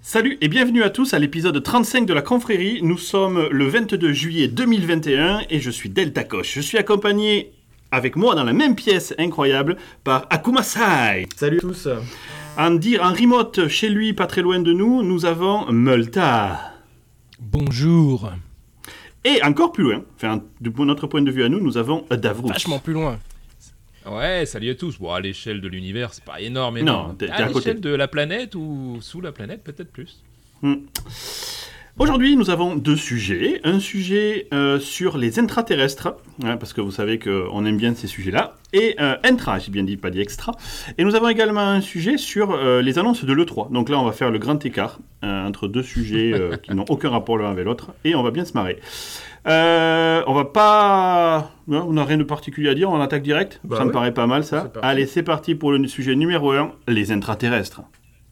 Salut et bienvenue à tous à l'épisode 35 de la Confrérie. Nous sommes le 22 juillet 2021 et je suis Delta Koch. Je suis accompagné avec moi dans la même pièce incroyable par Akumasai. Salut à tous. En remote chez lui, pas très loin de nous, nous avons Multa. Bonjour. Et encore plus loin, de notre point de vue à nous, nous avons Davrous. Vachement plus loin. Ouais, salut à tous. Bon, à l'échelle de l'univers, c'est pas énorme. Non, t'es à côté. l'échelle de la planète ou sous la planète, peut-être plus. Aujourd'hui, nous avons deux sujets. Un sujet sur les intraterrestres, parce que vous savez qu'on aime bien ces sujets-là. Et intra, j'ai bien dit, pas dit extra. Et nous avons également un sujet sur les annonces de l'E3. Donc là, on va faire le grand écart entre deux sujets qui n'ont aucun rapport l'un avec l'autre. Et on va bien se marrer. On va pas... Non, on n'a rien de particulier à dire, on attaque direct. Ça me paraît pas mal, ça. Allez, c'est parti pour le sujet numéro 1, les intraterrestres.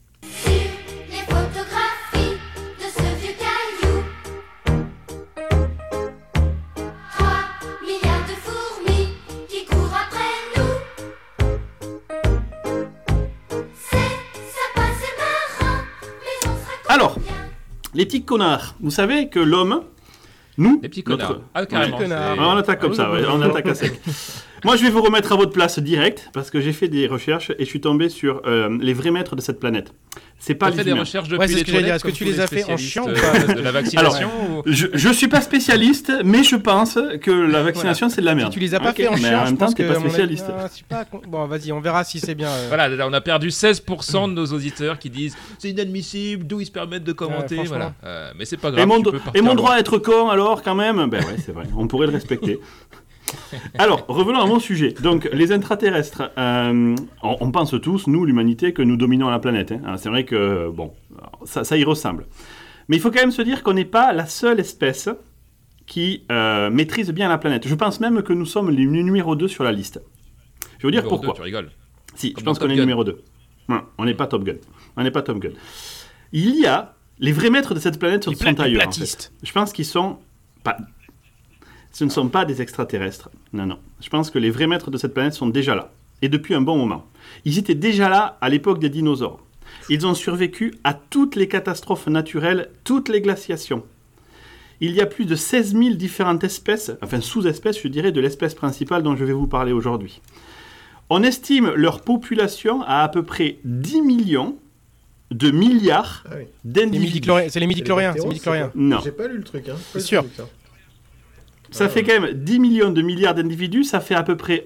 Alors, les petits connards, vous savez que l'homme, nous... Les petits connards. Carrément. On attaque comme ça, on attaque à sec. Moi, je vais vous remettre à votre place direct, parce que j'ai fait des recherches et je suis tombé sur les vrais maîtres de cette planète. C'est pas les humains. Fait des recherches depuis les toilettes. Est-ce que tu les as fait en chiant ou pas de la vaccination? Alors, je suis pas spécialiste, mais je pense que la vaccination, c'est de la merde. Si tu les as pas fait en chiant, mais en même temps, t'es pas que, spécialiste. Bon, vas-y, on verra si c'est bien. Voilà, on a perdu 16% de nos auditeurs qui disent c'est inadmissible, d'où ils se permettent de commenter. Voilà. Mais c'est pas grave. Et mon droit à être con, alors, quand même? Ben ouais, c'est vrai, on pourrait le respecter. Alors, revenons à mon sujet. Donc, les intraterrestres, on pense tous, nous, l'humanité, que nous dominons la planète. Hein. C'est vrai que, bon, ça y ressemble. Mais il faut quand même se dire qu'on n'est pas la seule espèce qui maîtrise bien la planète. Je pense même que nous sommes les numéro 2 sur la liste. Je vais vous dire pourquoi. 2, tu rigoles. Si, je pense qu'on est numéro 2. Non, on n'est pas Top Gun. Il y a... Les vrais maîtres de cette planète sont ailleurs, en fait. Je pense qu'ils sont... Ce ne sont pas des extraterrestres. Non. Je pense que les vrais maîtres de cette planète sont déjà là. Et depuis un bon moment. Ils étaient déjà là à l'époque des dinosaures. Ils ont survécu à toutes les catastrophes naturelles, toutes les glaciations. Il y a plus de 16 000 différentes espèces, enfin sous-espèces, je dirais, de l'espèce principale dont je vais vous parler aujourd'hui. On estime leur population à peu près 10 millions de milliards d'individus. C'est les midi-chloriens. Non. J'ai pas lu le truc. C'est sûr. Ça fait quand même 10 millions de milliards d'individus, ça fait à peu près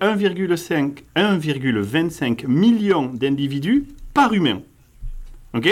1,25 millions d'individus par humain. Ok ?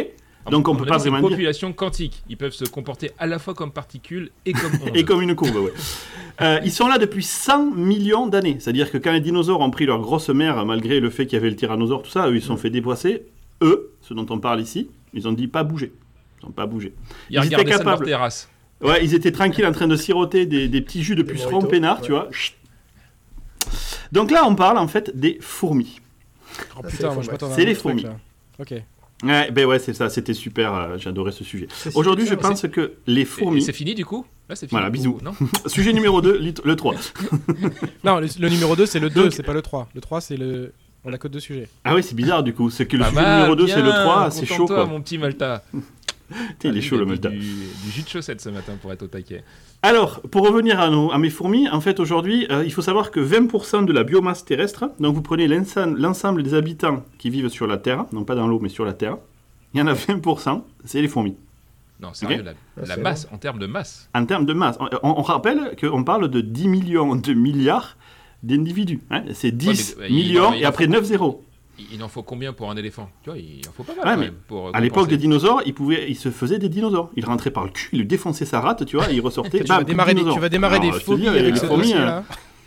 Donc on peut pas vraiment dire... C'est une population quantique. Ils peuvent se comporter à la fois comme particules et comme ondes. Et comme une courbe, ouais. Ils sont là depuis 100 millions d'années. C'est-à-dire que quand les dinosaures ont pris leur grosse mère, malgré le fait qu'il y avait le tyrannosaure, tout ça, eux, ils se sont fait déplacer. Eux, ceux dont on parle ici, ils ont dit pas bouger. Ils n'ont pas bougé. Ils regardaient ça de leur terrasse. Ouais, ils étaient tranquilles en train de siroter des petits jus de pucerons peinards, tu vois. Donc là, on parle en fait des fourmis. Oh putain, moi je m'attendais à c'est les fourmis. Ok. Ouais, c'est ça, c'était super, j'adorais ce sujet. Aujourd'hui, je pense que les fourmis... Et c'est fini du coup? Là, c'est fini. Voilà, bisous. Non Sujet numéro 2, le 3. Non, le numéro 2, c'est le 2, c'est pas le 3. Le 3, c'est le... On a que 2 sujets. Ah oui, c'est bizarre du coup. C'est que le sujet numéro 2, c'est le 3, c'est chaud quoi. Mon petit Malta. Il est chaud le Malta. Du jus de chaussette ce matin pour être au taquet. Alors, pour revenir à mes fourmis, en fait aujourd'hui, il faut savoir que 20% de la biomasse terrestre, donc vous prenez l'ensemble des habitants qui vivent sur la Terre, non pas dans l'eau mais sur la Terre, il y en a 20%, c'est les fourmis. Non, sérieux, la masse, en termes de masse. En termes de masse. On rappelle qu'on parle de 10 millions de milliards d'individus. Hein. C'est 10 millions et après 9 zéros. Il en faut combien pour un éléphant? Tu vois, il en faut pas mal quand même pour à l'époque des dinosaures, il se faisait des dinosaures. Il rentrait par le cul, il défonçait sa rate, tu vois, et il ressortait. Tu vas démarrer des fourmis avec ce dossier-là.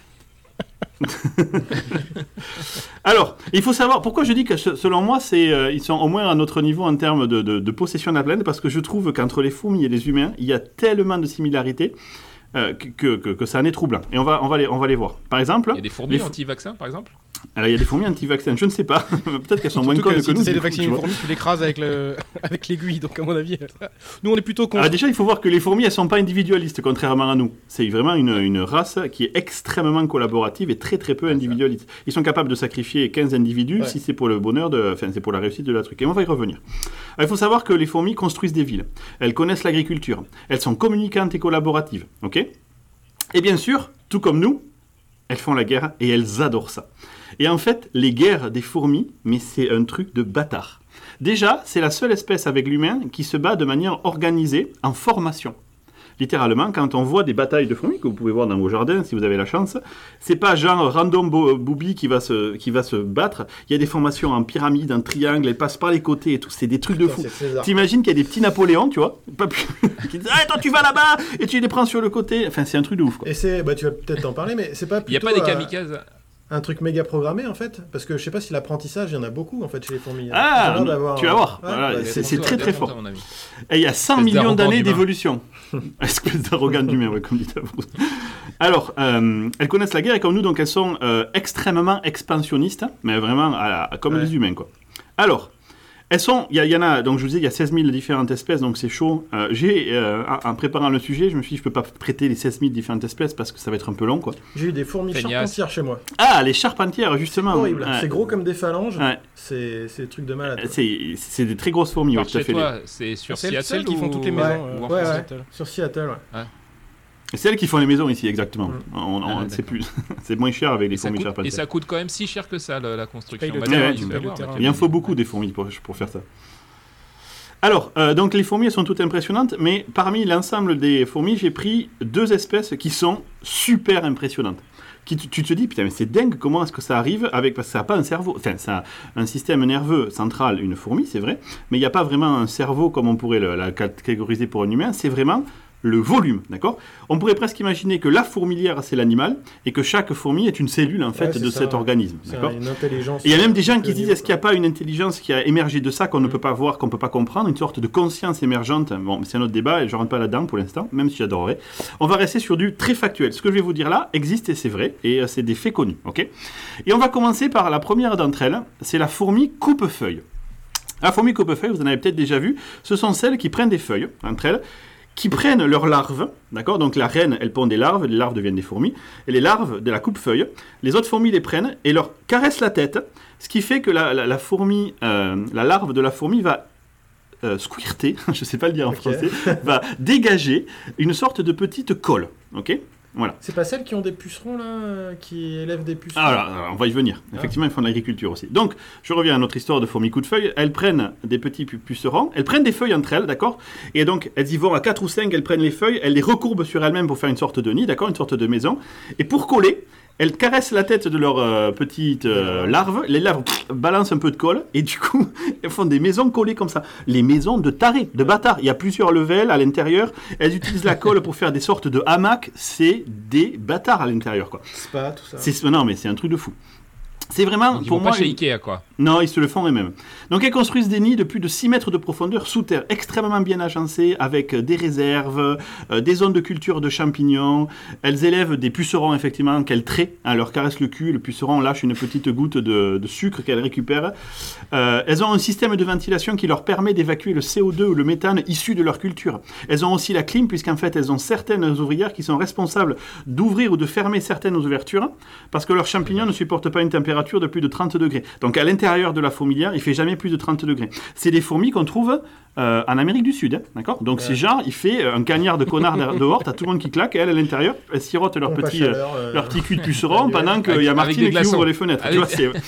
Alors, il faut savoir pourquoi je dis que selon moi, ils sont au moins à notre niveau en termes de possession de la planète, parce que je trouve qu'entre les fourmis et les humains, il y a tellement de similarités que ça en est troublant. Et on va les voir. Par exemple, il y a des fourmis anti-vaccins, par exemple. Alors, il y a des fourmis anti-vaccins, je ne sais pas. Peut-être qu'elles sont moins connes que nous. Si tu essaies de vacciner une fourmi, tu l'écrases avec l'aiguille. Donc, à mon avis, nous, on est plutôt contre. Alors, déjà, il faut voir que les fourmis, elles ne sont pas individualistes, contrairement à nous. C'est vraiment une race qui est extrêmement collaborative et très, très peu individualiste. Ils sont capables de sacrifier 15 individus si c'est pour le bonheur, c'est pour la réussite de la truc. Et on va y revenir. Alors, il faut savoir que les fourmis construisent des villes. Elles connaissent l'agriculture. Elles sont communicantes et collaboratives. OK ? Et bien sûr, tout comme nous, elles font la guerre et elles adorent ça. Et en fait, les guerres des fourmis, mais c'est un truc de bâtard. Déjà, c'est la seule espèce avec l'humain qui se bat de manière organisée, en formation. Littéralement, quand on voit des batailles de fourmis, que vous pouvez voir dans vos jardins si vous avez la chance, c'est pas genre random booby qui va se battre. Il y a des formations en pyramide, en triangle, elles passent par les côtés et tout. C'est des trucs de fou. T'imagines qu'il y a des petits Napoléons, tu vois, pas plus, qui disent toi tu vas là-bas et tu les prends sur le côté. Enfin, c'est un truc de ouf, quoi. Et tu vas peut-être en parler, mais c'est pas plutôt... Il n'y a pas des kamikazes un truc méga programmé en fait, parce que je sais pas si l'apprentissage, il y en a beaucoup en fait chez les fourmis. Ah, tu vas voir. Ouais, voilà, c'est très très fort. Et il y a 100 millions d'années d'évolution. Espèce d'arrogant d'humain, comme dit Tavros. Alors, elles connaissent la guerre et comme nous, donc elles sont extrêmement expansionnistes, mais vraiment comme les humains, quoi. Alors, il y en a, donc je vous disais, il y a 16 000 différentes espèces, donc c'est chaud. En préparant le sujet, je me suis dit, je peux pas traiter les 16 000 différentes espèces parce que ça va être un peu long, quoi. J'ai eu des fourmis charpentières chez moi. Ah, les charpentières, justement. C'est horrible, c'est gros comme des phalanges, c'est des trucs de malade. C'est des très grosses fourmis, tout à fait. C'est sur Seattle celles qui font toutes les maisons. Sur Seattle, ouais. C'est elles qui font les maisons ici, exactement. C'est moins cher avec les fourmis charpentières. Et ça coûte quand même si cher que ça, la construction. Il en faut beaucoup des fourmis pour faire ça. Alors, donc les fourmis, elles sont toutes impressionnantes, mais parmi l'ensemble des fourmis, j'ai pris 2 espèces qui sont super impressionnantes. Tu te dis, putain, mais c'est dingue, comment est-ce que ça arrive parce que ça n'a pas un cerveau. Enfin, ça a un système nerveux central, une fourmi, c'est vrai, mais il n'y a pas vraiment un cerveau comme on pourrait la catégoriser pour un humain, c'est vraiment le volume, d'accord ? On pourrait presque imaginer que la fourmilière, c'est l'animal, et que chaque fourmi est une cellule, en fait, de cet organisme, d'accord ? Une intelligence. Et il y a même des gens qui disent, est-ce qu'il n'y a pas une intelligence qui a émergé de ça, qu'on ne peut pas voir, qu'on ne peut pas comprendre, une sorte de conscience émergente ? Bon, c'est un autre débat, et je ne rentre pas là-dedans pour l'instant, même si j'adorerais. On va rester sur du très factuel. Ce que je vais vous dire là existe, et c'est vrai, et c'est des faits connus, ok ? Et on va commencer par la première d'entre elles, c'est la fourmi coupe-feuille. La fourmi coupe-feuille, vous en avez peut-être déjà vu, ce sont celles qui prennent des feuilles, entre elles, qui prennent leurs larves, d'accord ? Donc la reine, elle pond des larves, les larves deviennent des fourmis, et les larves de la coupe-feuille, les autres fourmis les prennent et leur caressent la tête, ce qui fait que la fourmi, la larve de la fourmi va squirter, je ne sais pas le dire en français, va dégager une sorte de petite colle, ok ? Voilà. C'est pas celles qui ont des pucerons là, qui élèvent des pucerons. Alors, on va y venir. Effectivement, ils font de l'agriculture aussi. Donc, je reviens à notre histoire de fourmis coup de feuille. Elles prennent des petits pucerons, elles prennent des feuilles entre elles, d'accord ? Et donc, elles y vont à 4 ou 5, elles prennent les feuilles, elles les recourbent sur elles-mêmes pour faire une sorte de nid, d'accord ? Une sorte de maison. Et pour coller, elles caressent la tête de leurs petites larves. Les larves balancent un peu de colle et du coup, elles font des maisons collées comme ça. Les maisons de tarés, de bâtards. Il y a plusieurs levels à l'intérieur. Elles utilisent la colle pour faire des sortes de hamacs. C'est des bâtards à l'intérieur, quoi. Spa, tout ça. Non, mais c'est un truc de fou. C'est vraiment, donc, pour moi... Ils vont pas chez Ikea, quoi. Non, ils se le font eux-mêmes. Donc, elles construisent des nids de plus de 6 mètres de profondeur sous terre, extrêmement bien agencés, avec des réserves, des zones de culture de champignons. Elles élèvent des pucerons, effectivement, qu'elles traient. Elles leur caressent le cul, le puceron lâche une petite goutte de sucre qu'elles récupèrent. Elles ont un système de ventilation qui leur permet d'évacuer le CO2 ou le méthane issu de leur culture. Elles ont aussi la clim, puisqu'en fait, elles ont certaines ouvrières qui sont responsables d'ouvrir ou de fermer certaines ouvertures, parce que leurs champignons ne supportent pas une température de plus de 30 degrés. Donc à l'intérieur de la fourmilière, il fait jamais plus de 30 degrés. C'est des fourmis qu'on trouve en Amérique du Sud, hein, d'accord ? Donc c'est genre, il fait un cagnard de connard dehors, t'as tout le monde qui claque, et elles à l'intérieur, elles sirotent leur petit cul de puceron pendant qu'il y a Martine qui ouvre les fenêtres. Tu vois,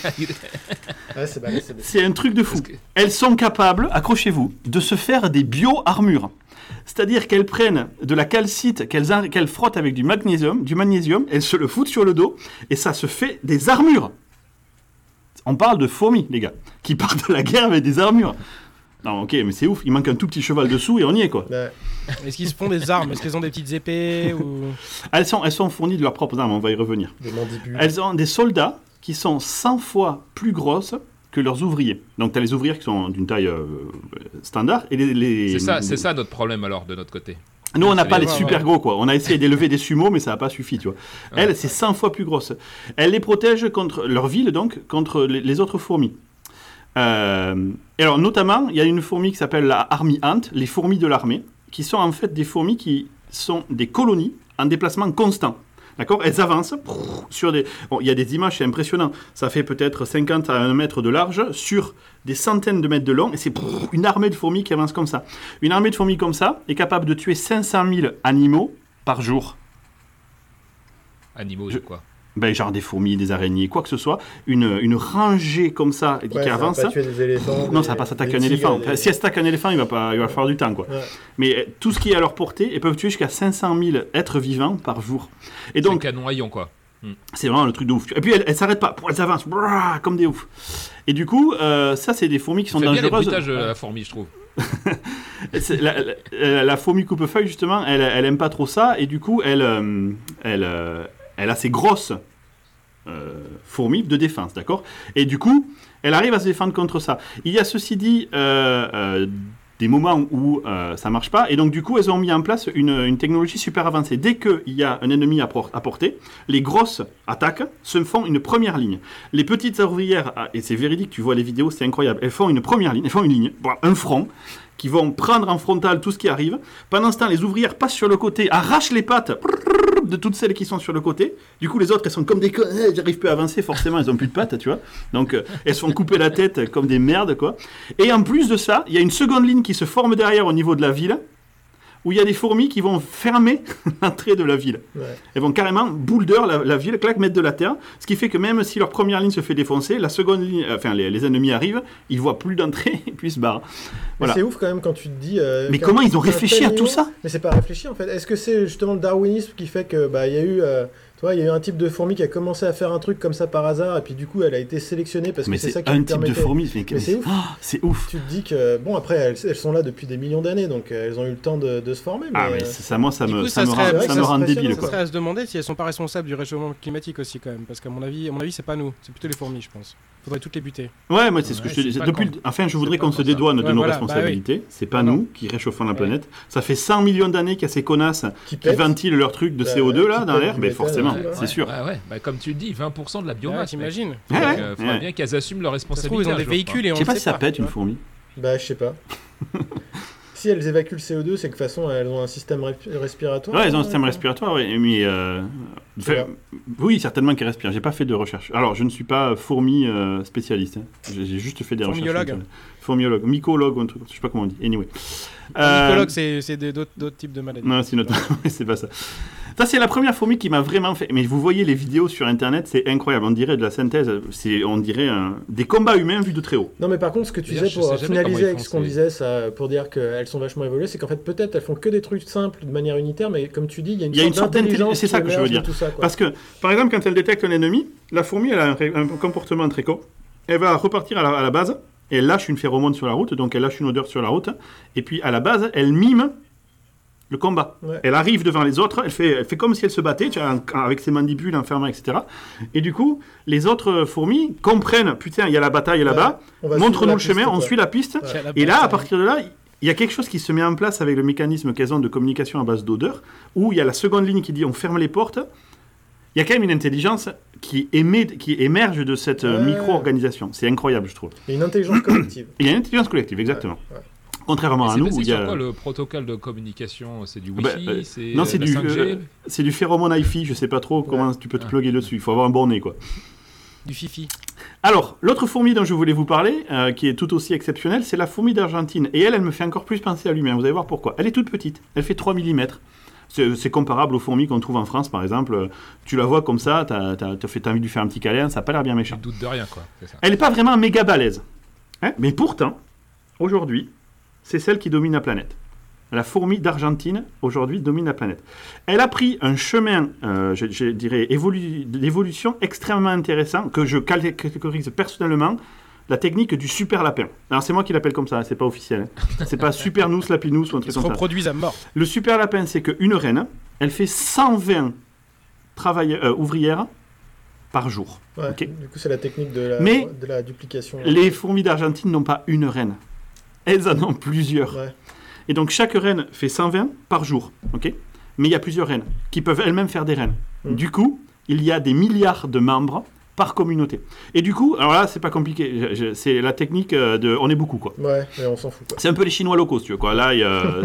c'est un truc de fou. Elles sont capables, accrochez-vous, de se faire des bio-armures. C'est-à-dire qu'elles prennent de la calcite, qu'elles frottent avec du magnésium, elles se le foutent sur le dos, et ça se fait des armures. On parle de fourmis, les gars, qui partent de la guerre avec des armures. Non, ok, mais c'est ouf, il manque un tout petit cheval dessous et on y est, quoi. Est-ce qu'ils se font des armes ? Est-ce qu'elles ont des petites épées ou... Elles sont fournies de leurs propres armes, on va y revenir. Des mandibules. Elles ont des soldats qui sont 100 fois plus grosses que leurs ouvriers. Donc, tu as les ouvrières qui sont d'une taille standard et C'est ça notre problème, alors, de notre côté. Nous, on n'a pas les super gros, quoi. On a essayé d'élever des sumo, mais ça n'a pas suffi, tu vois. Elle, c'est 100 fois plus grosse. Elle les protège contre leur ville, donc, contre les autres fourmis. Et alors, notamment, il y a une fourmi qui s'appelle la Army Ant, les fourmis de l'armée, qui sont en fait des fourmis qui sont des colonies en déplacement constant. D'accord ? Elles avancent sur des... Bon, il y a des images, c'est impressionnant. Ça fait peut-être 50 à 1 mètre de large sur des centaines de mètres de long. Et c'est une armée de fourmis qui avance comme ça. Une armée de fourmis comme ça est capable de tuer 500 000 animaux par jour. Animaux, quoi. Ben, genre des fourmis, des araignées, quoi que ce soit. Une rangée comme ça qui avance. Ça va pas tuer des éléphants. Non, ça va pas s'attaquer à un éléphant. Si elle s'attaque à un éléphant, il va falloir du temps, quoi. Ouais. Mais tout ce qui est à leur portée, ils peuvent tuer jusqu'à 500 000 êtres vivants par jour. Et donc, c'est un canon haillon, quoi. C'est vraiment le truc de ouf. Et puis elles s'arrêtent pas, elles avancent comme des oufs. Et du coup, ça c'est des fourmis qui sont dangereuses. C'est bien les bruitages de la fourmi, je trouve. la fourmi coupe-feuille, justement, elle aime pas trop ça. Et du coup, elle a ses grosses fourmis de défense, d'accord ? Et du coup, elle arrive à se défendre contre ça. Il y a ceci dit des moments où ça marche pas, et donc du coup, elles ont mis en place une technologie super avancée. Dès qu'il y a un ennemi à portée, les grosses attaques se font une première ligne. Les petites ouvrières, et c'est véridique, tu vois les vidéos, c'est incroyable, elles font une première ligne, elles font une ligne, un front, qui vont prendre en frontal tout ce qui arrive. Pendant ce temps, les ouvrières passent sur le côté, arrachent les pattes de toutes celles qui sont sur le côté. Du coup, les autres, elles sont comme des cons, elles n'arrivent plus à avancer, forcément, elles n'ont plus de pattes, tu vois. Donc, elles se font couper la tête comme des merdes, quoi. Et en plus de ça, il y a une seconde ligne qui se forme derrière au niveau de la ville, où il y a des fourmis qui vont fermer l'entrée de la ville. Ouais. Elles vont carrément boulder la ville, clac, mettre de la terre, ce qui fait que même si leur première ligne se fait défoncer, la seconde ligne, enfin les ennemis arrivent, ils voient plus d'entrée et puis ils se barrent. Voilà. C'est ouf quand même quand tu te dis... mais comment ils ont réfléchi à tout ça ? Mais c'est pas réfléchi en fait. Est-ce que c'est justement le darwinisme qui fait que il y a eu... il y a eu un type de fourmi qui a commencé à faire un truc comme ça par hasard, et puis du coup, elle a été sélectionnée parce que c'est ça qui lui permettait... Mais c'est un type de fourmi, mais c'est ouf. C'est ouf. Tu te dis que, bon, après, elles sont là depuis des millions d'années, donc elles ont eu le temps de se former. Mais... Ah, mais ça me rend débile. Ça serait à se demander si elles sont pas responsables du réchauffement climatique aussi, quand même, parce qu'à mon avis, c'est pas nous, c'est plutôt les fourmis, je pense. Faudrait toutes les buter. Ouais, moi, c'est ce que je te dis. Enfin, je voudrais qu'on se dédouane de nos responsabilités. C'est pas nous qui réchauffons la planète. Ça fait 100 millions d'années qu'il y a ces connasses qui ventilent leur truc de CO2 là dans l'air, mais forcément, c'est sûr. Comme tu le dis, 20% de la biomasse. T'imagines ? Il faudrait bien qu'elles assument leurs responsabilités. Ils ont des véhicules et on ne sait pas si ça pète une fourmi. Je sais pas. Si elles évacuent le CO2, c'est que de toute façon, elles ont un système respiratoire. Ouais, elles ont un système respiratoire, oui. Mais oui, certainement qu'elles respirent. J'ai pas fait de recherche. Alors, je ne suis pas fourmi spécialiste. J'ai juste fait des recherches. Fourmiologue. Mycologue ou un truc, je sais pas comment on dit. Anyway. Mycologue, c'est d'autres types de maladies. Non, c'est pas ça. Ça, c'est la première fourmi qui m'a vraiment fait... Mais vous voyez les vidéos sur Internet, c'est incroyable. On dirait de la synthèse, on dirait des combats humains vus de très haut. Non, mais par contre, ce que tu disais, pour finaliser avec ce qu'on disait, ça, pour dire qu'elles sont vachement évoluées, c'est qu'en fait, peut-être, elles font que des trucs simples de manière unitaire, mais comme tu dis, il y a une sorte d'intelligence. C'est ça que je veux dire. Parce que, par exemple, quand elle détecte un ennemi, la fourmi, elle a un comportement très con. Elle va repartir à la base, et elle lâche une phéromone sur la route, donc elle lâche une odeur sur la route, et puis à la base, elle mime le combat. Ouais. Elle arrive devant les autres, elle fait comme si elle se battait, tu vois, avec ses mandibules enfermées, etc. Et du coup, les autres fourmis comprennent, putain, il y a la bataille là-bas, montre-nous le chemin, on suit la piste. Ouais. Et là, à partir de là, il y a quelque chose qui se met en place avec le mécanisme qu'elles ont de communication à base d'odeur, où il y a la seconde ligne qui dit on ferme les portes. Il y a quand même une intelligence qui émerge de cette micro-organisation. C'est incroyable, je trouve. Il y a une intelligence collective. Il y a une intelligence collective, exactement. Ouais. Contrairement à nous, où il y a... C'est quoi le protocole de communication ? C'est du Wi-Fi, non, c'est du 5G du phéromone Hi-Fi, je sais pas trop comment tu peux te plugger dessus. Il faut avoir un bon nez, quoi. Du Fifi. Alors, l'autre fourmi dont je voulais vous parler, qui est tout aussi exceptionnelle, c'est la fourmi d'Argentine. Et elle me fait encore plus penser à l'humain. Vous allez voir pourquoi. Elle est toute petite. Elle fait 3 mm. C'est comparable aux fourmis qu'on trouve en France, par exemple. Tu la vois comme ça, t'as envie de lui faire un petit câlin, ça n'a pas l'air bien méchant. Tu doutes de rien, quoi. C'est ça. Elle n'est pas vraiment méga balèze. Mais pourtant, aujourd'hui, c'est celle qui domine la planète. La fourmi d'Argentine, aujourd'hui, domine la planète. Elle a pris un chemin, je dirais, d'évolution extrêmement intéressant, que je catégorise personnellement, la technique du super lapin. Alors, c'est moi qui l'appelle comme ça, c'est pas officiel. C'est pas super nous, lapinous ou un truc comme ça. Ils se reproduisent à mort. Le super lapin, c'est qu'une reine, elle fait 120 ouvrières par jour. Ouais, okay. Du coup, c'est la technique de la duplication. Les fourmis d'Argentine n'ont pas une reine. Elles en ont plusieurs. Ouais. Et donc, chaque reine fait 120 par jour. Ok ? Mais il y a plusieurs reines qui peuvent elles-mêmes faire des reines. Du coup, il y a des milliards de membres par communauté. Et du coup, alors là, c'est pas compliqué. C'est la technique de... On est beaucoup, quoi. Ouais, mais on s'en fout, quoi. C'est un peu les Chinois locaux, si tu veux, quoi. Là, il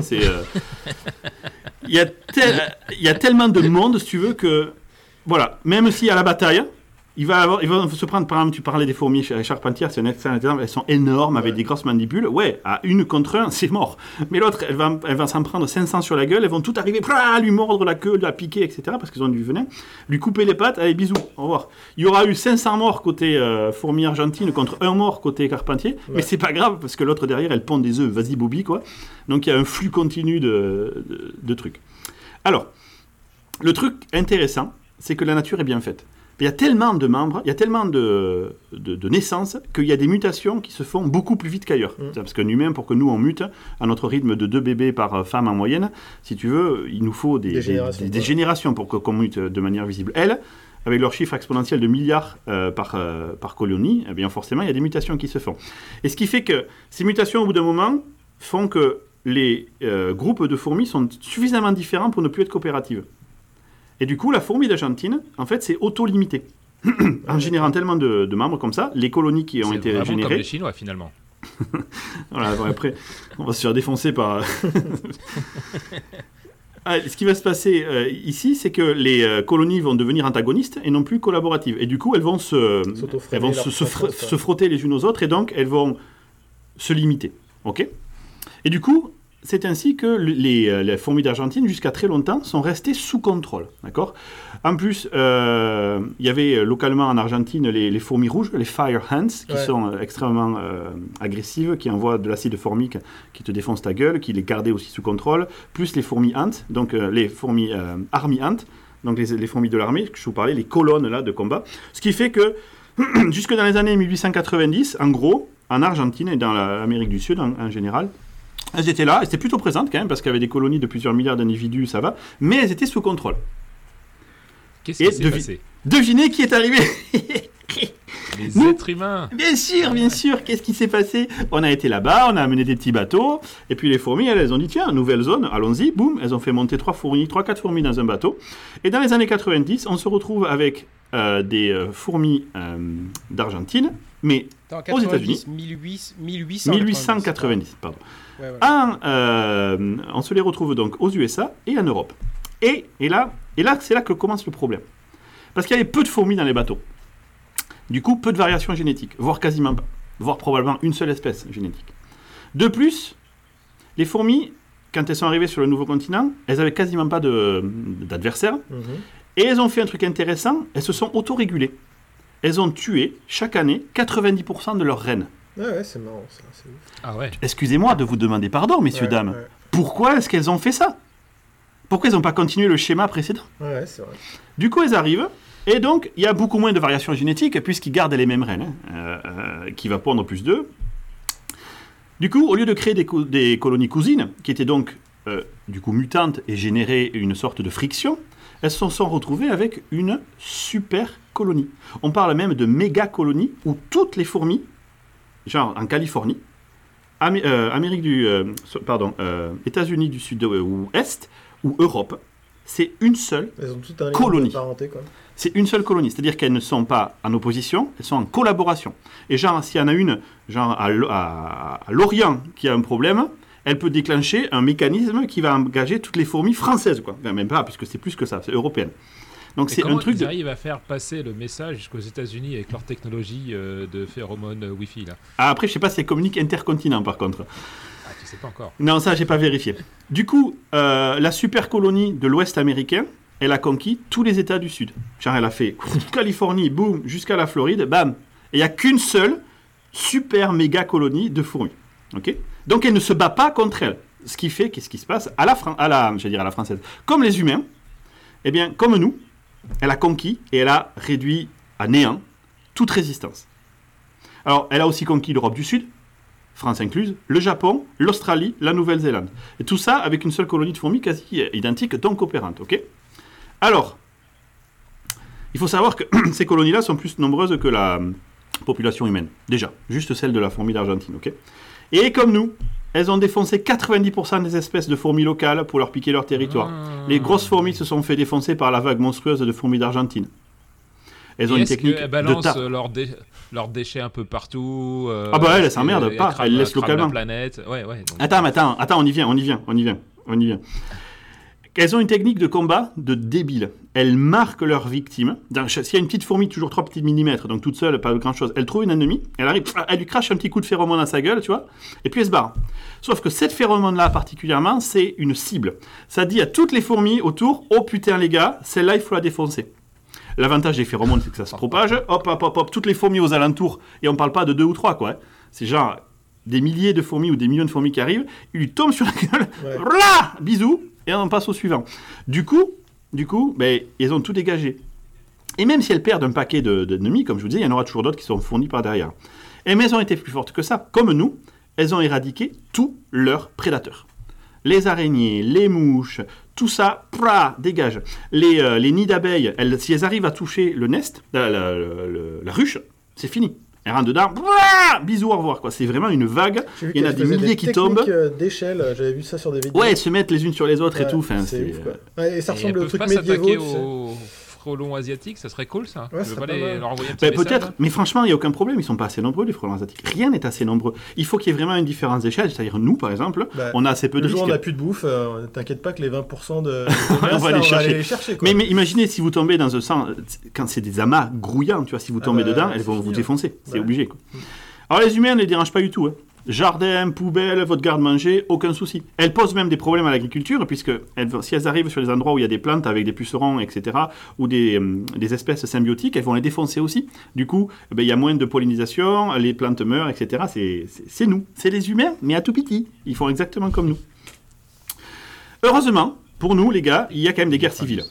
y a tellement de monde, si tu veux, que... Voilà. Même s'il y a la bataille... Il va se prendre, par exemple, tu parlais des fourmis charpentières, c'est un excellent exemple, elles sont énormes avec des grosses mandibules. Ouais, à une contre un, c'est mort. Mais l'autre, elle va s'en prendre 500 sur la gueule, elles vont toutes arriver, lui mordre la queue, la piquer, etc., parce qu'ils ont du venin, lui couper les pattes, allez, bisous, au revoir. Il y aura eu 500 morts côté fourmi argentine contre 1 mort côté carpentier, mais c'est pas grave, parce que l'autre derrière, elle pond des œufs, vas-y Bobby, quoi. Donc il y a un flux continu de trucs. Alors, le truc intéressant, c'est que la nature est bien faite. Il y a tellement de membres, il y a tellement de naissances qu'il y a des mutations qui se font beaucoup plus vite qu'ailleurs. Parce qu'un humain, pour que nous on mute, à notre rythme de 2 bébés par femme en moyenne, si tu veux, il nous faut des générations pour qu'on mute de manière visible. Elles, avec leur chiffre exponentiel de milliards par colonie, eh bien forcément, il y a des mutations qui se font. Et ce qui fait que ces mutations, au bout d'un moment, font que les groupes de fourmis sont suffisamment différents pour ne plus être coopératives. Et du coup, la fourmi d'Argentine, en fait, c'est auto-limité. En générant tellement de membres comme ça, les colonies qui ont été générées... C'est vraiment comme les Chinois, finalement. Voilà, bon, après, on va se faire défoncer par... Ce qui va se passer ici, c'est que les colonies vont devenir antagonistes et non plus collaboratives. Et du coup, elles vont se frotter les unes aux autres et donc elles vont se limiter. Ok ? Et du coup... C'est ainsi que les fourmis d'Argentine, jusqu'à très longtemps, sont restées sous contrôle. D'accord ? En plus, il y avait localement en Argentine les fourmis rouges, les fire ants, qui sont extrêmement agressives, qui envoient de l'acide formique qui te défonce ta gueule, qui les gardaient aussi sous contrôle, plus les fourmis ants, donc les fourmis army ants, donc les fourmis de l'armée, que je vous parlais, les colonnes là, de combat. Ce qui fait que, jusque dans les années 1890, en gros, en Argentine et dans l'Amérique du Sud en général, elles étaient là, elles étaient plutôt présentes quand même, parce qu'il y avait des colonies de plusieurs milliards d'individus, ça va, mais elles étaient sous contrôle. Qu'est-ce qui s'est passé ? Devinez qui est arrivé. Les êtres humains. Bien sûr, qu'est-ce qui s'est passé ? On a été là-bas, on a amené des petits bateaux, et puis les fourmis, elles ont dit, tiens, nouvelle zone, allons-y, boum, elles ont fait monter 3-4 fourmis dans un bateau. Et dans les années 90, on se retrouve avec des fourmis d'Argentine, mais aux États-Unis. 1890, pardon. Ouais. On se les retrouve donc aux USA et en Europe. Et là, c'est là que commence le problème. Parce qu'il y avait peu de fourmis dans les bateaux. Du coup, peu de variations génétiques, voire quasiment pas. Voire probablement une seule espèce génétique. De plus, les fourmis, quand elles sont arrivées sur le nouveau continent, elles n'avaient quasiment pas d'adversaires. Et elles ont fait un truc intéressant, elles se sont autorégulées. Elles ont tué, chaque année, 90% de leurs reines. Ouais, c'est marrant, ça, c'est ouf. Ah ouais. Excusez-moi de vous demander pardon, messieurs, dames. Ouais. Pourquoi est-ce qu'elles ont fait ça ? Pourquoi elles n'ont pas continué le schéma précédent ? Ouais, c'est vrai. Du coup, elles arrivent, et donc, il y a beaucoup moins de variations génétiques, puisqu'ils gardent les mêmes reines, qui va pondre plus d'œufs. Du coup, au lieu de créer des colonies cousines, qui étaient donc, du coup, mutantes et généraient une sorte de friction, elles se sont retrouvées avec une super colonie. On parle même de méga colonie, où toutes les fourmis, genre en Californie, États-Unis du Sud ou Est, ou Europe, c'est une seule elles ont tout un colonie. De parenté, quoi. C'est une seule colonie, c'est-à-dire qu'elles ne sont pas en opposition, elles sont en collaboration. Et genre, s'il y en a une, genre à l'Orient, qui a un problème, elle peut déclencher un mécanisme qui va engager toutes les fourmis françaises, quoi. Enfin, même pas, puisque c'est plus que ça, c'est européenne. Donc c'est un truc. Ils arrivent à faire passer le message jusqu'aux États-Unis avec leur technologie de phéromones Wi-Fi là. Ah, après, je sais pas si elles communiquent intercontinent par contre. Ah, tu sais pas encore. Non, ça, j'ai pas vérifié. Du coup, la super colonie de l'Ouest américain, elle a conquis tous les États du Sud. Genre, elle a fait Californie, boum, jusqu'à la Floride, bam. Et il n'y a qu'une seule super méga colonie de fourmis. Ok ? Donc, elle ne se bat pas contre elle. Ce qui fait, qu'est-ce qui se passe à la française. Comme les humains, eh bien, comme nous, elle a conquis et elle a réduit à néant toute résistance. Alors, elle a aussi conquis l'Europe du Sud, France incluse, le Japon, l'Australie, la Nouvelle-Zélande. Et tout ça avec une seule colonie de fourmis quasi identique, donc coopérante. Ok ? Alors, il faut savoir que ces colonies-là sont plus nombreuses que la population humaine. Déjà, juste celle de la fourmi d'Argentine. Ok ? Et comme nous, elles ont défoncé 90% des espèces de fourmis locales pour leur piquer leur territoire. Les grosses fourmis se sont fait défoncer par la vague monstrueuse de fourmis d'Argentine. Elles ont une technique qu'elles balancent leurs déchets un peu partout elles s'emmerdent pas, elles laissent localement. La planète. Ouais, donc... Attends, on y vient. Elles ont une technique de combat de débile. Elles marquent leurs victimes. S'il y a une petite fourmi, toujours 3 petits millimètres, donc toute seule, pas grand chose, elle trouve une ennemie, elle arrive, elle lui crache un petit coup de phéromone à sa gueule, tu vois, et puis elle se barre. Sauf que cette phéromone-là, particulièrement, c'est une cible. Ça dit à toutes les fourmis autour, oh putain les gars, celle-là, il faut la défoncer. L'avantage des phéromones, c'est que ça se propage. Hop, toutes les fourmis aux alentours, et on parle pas de 2 ou 3, quoi. C'est genre des milliers de fourmis ou des millions de fourmis qui arrivent, ils lui tombent sur la gueule, là, bisous, et on passe au suivant. Du coup, ils ont tout dégagé. Et même si elles perdent un paquet d'ennemis, comme je vous disais, il y en aura toujours d'autres qui sont fournis par derrière. Mais elles ont été plus fortes que ça. Comme nous, elles ont éradiqué tous leurs prédateurs. Les araignées, les mouches, tout ça, dégage. Les nids d'abeilles, si elles arrivent à toucher le nest, la ruche, c'est fini. Elles rentrent dedans, bisous, au revoir, quoi. C'est vraiment une vague. Il y en a des milliers qui tombent. D'échelle, j'avais vu ça sur des vidéos. Ouais, elles se mettent les unes sur les autres et tout. Enfin, c'est ouf, quoi. Et ça ressemble au truc médiévaux. Frelons asiatiques, ça serait cool ça. Ouais, je veux pas leur envoyer un petit message, peut-être, mais franchement, il n'y a aucun problème. Ils sont pas assez nombreux, les frelons asiatiques. Rien n'est assez nombreux. Il faut qu'il y ait vraiment une différence d'échelle. C'est-à-dire, nous, par exemple, on a assez peu de risques. Le jour où on n'a plus de bouffe, t'inquiète pas que les 20% de on va aller chercher. Quoi. Mais imaginez si vous tombez dans un sang, quand c'est des amas grouillants, tu vois, si vous tombez dedans, elles vont vous défoncer. C'est obligé, quoi. Alors, les humains ne les dérangent pas du tout. Jardin, poubelle, votre garde-manger, aucun souci. Elles posent même des problèmes à l'agriculture, puisque si elles arrivent sur des endroits où il y a des plantes avec des pucerons, etc., ou des espèces symbiotiques, elles vont les défoncer aussi. Du coup, il y a moins de pollinisation, les plantes meurent, etc. C'est nous, c'est les humains, mais à tout petit. Ils font exactement comme nous. Heureusement, pour nous, les gars, il y a quand même des guerres civiles.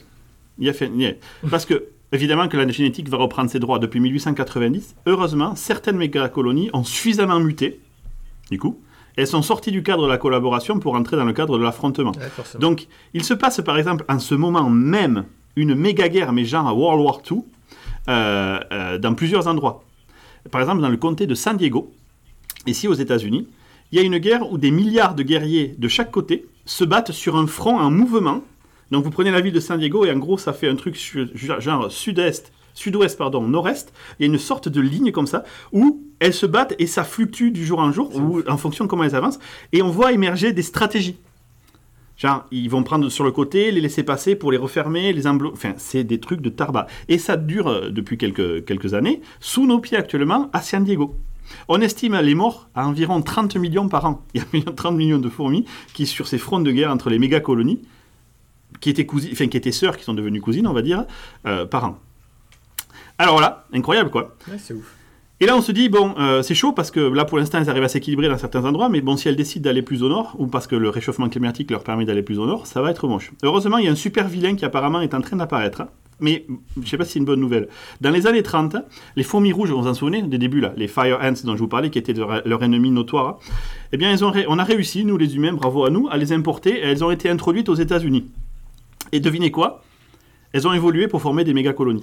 Parce que, évidemment que la génétique va reprendre ses droits depuis 1890. Heureusement, certaines méga-colonies ont suffisamment muté. Du coup, elles sont sorties du cadre de la collaboration pour entrer dans le cadre de l'affrontement. Ouais, donc, il se passe par exemple en ce moment même une méga guerre, mais genre à World War II, dans plusieurs endroits. Par exemple, dans le comté de San Diego, ici aux États-Unis, il y a une guerre où des milliards de guerriers de chaque côté se battent sur un front en mouvement. Donc, vous prenez la ville de San Diego et en gros, ça fait un truc genre sud-ouest, nord-est, il y a une sorte de ligne comme ça, où elles se battent et ça fluctue du jour en jour, ou en fonction de comment elles avancent, et on voit émerger des stratégies. Genre, ils vont prendre sur le côté, les laisser passer pour les refermer, les enfin, c'est des trucs de tarba. Et ça dure depuis quelques années, sous nos pieds actuellement, à San Diego. On estime les morts à environ 30 millions par an. Il y a 30 millions de fourmis qui, sur ces fronts de guerre entre les méga-colonies, qui étaient sœurs, qui sont devenues cousines, on va dire, par an. Alors voilà, incroyable quoi. Ouais, c'est ouf. Et là on se dit, c'est chaud parce que là pour l'instant elles arrivent à s'équilibrer dans certains endroits, mais bon, si elles décident d'aller plus au nord, ou parce que le réchauffement climatique leur permet d'aller plus au nord, ça va être moche. Heureusement, il y a un super vilain qui apparemment est en train d'apparaître, mais je ne sais pas si c'est une bonne nouvelle. Dans les années 30, les fourmis rouges, vous vous en souvenez, des débuts là, les fire ants dont je vous parlais, qui étaient leur ennemi notoire, eh bien on a réussi, nous les humains, bravo à nous, à les importer, et elles ont été introduites aux États-Unis. Et devinez quoi ? Elles ont évolué pour former des méga-colonies.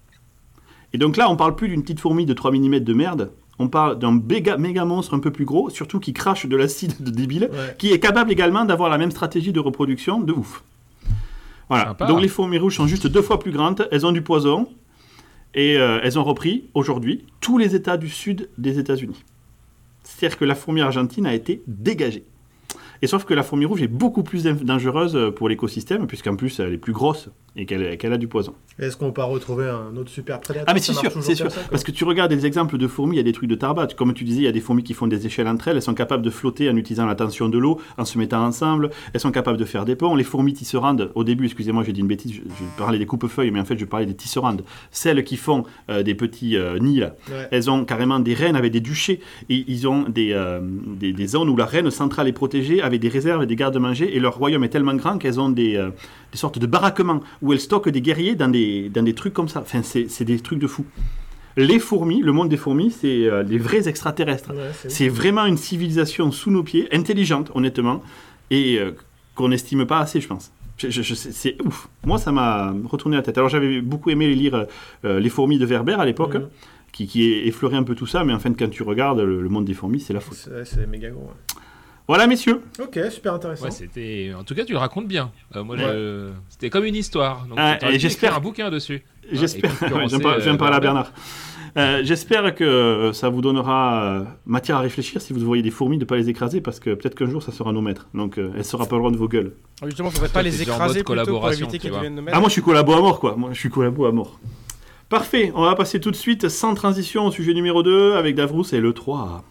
Et donc là, on parle plus d'une petite fourmi de 3 mm de merde, on parle d'un méga monstre un peu plus gros, surtout qui crache de l'acide de débile, qui est capable également d'avoir la même stratégie de reproduction de ouf. Voilà. Sympa. Donc les fourmis rouges sont juste 2 fois plus grandes, elles ont du poison, et elles ont repris, aujourd'hui, tous les États du sud des États-Unis. C'est-à-dire que la fourmi argentine a été dégagée. Et sauf que la fourmi rouge est beaucoup plus dangereuse pour l'écosystème, puisqu'en plus elle est plus grosse et qu'elle a du poison. Est-ce qu'on peut pas retrouver un autre super prédateur ? Ah mais c'est sûr. Parce que tu regardes des exemples de fourmis, il y a des trucs de tarbat. Comme tu disais, il y a des fourmis qui font des échelles entre elles, elles sont capables de flotter en utilisant la tension de l'eau, en se mettant ensemble, elles sont capables de faire des ponts. Les fourmis tisserandes, au début, excusez-moi, j'ai dit une bêtise, je parlais des coupe-feuilles, mais en fait je parlais des tisserandes. Celles qui font des petits nids là, elles ont carrément des reines avec des duchés, et ils ont des zones où la reine centrale est protégée, avec des réserves et des gardes-manger, et leur royaume est tellement grand qu'elles ont des sortes de baraquements où elles stockent des guerriers dans des trucs comme ça. Enfin, c'est des trucs de fou. Les fourmis, le monde des fourmis, c'est des vrais extraterrestres. Ouais, c'est vraiment une civilisation sous nos pieds, intelligente, honnêtement, et qu'on n'estime pas assez, je pense. C'est ouf. Moi, ça m'a retourné la tête. Alors, j'avais beaucoup aimé lire Les fourmis de Werber à l'époque, qui effleurait un peu tout ça, mais en fait, quand tu regardes le monde des fourmis, c'est la faute. C'est méga gros. Ouais. Voilà, messieurs. Ok, super intéressant. Ouais, en tout cas, tu le racontes bien. C'était comme une histoire. Donc, et j'espère un bouquin dessus. J'espère. J'aime parler à Bernard. J'espère que ça vous donnera matière à réfléchir si vous voyez des fourmis de ne pas les écraser, parce que peut-être qu'un jour ça sera nos maîtres. Donc elles ne seront pas loin de vos gueules. Justement, il ne faudrait pas les écraser plutôt pour éviter qu'ils deviennent nos maîtres. Ah, moi je suis collabo à mort, quoi. Moi je suis collabo à mort. Parfait, on va passer tout de suite sans transition au sujet numéro 2 avec Davrous et le 3.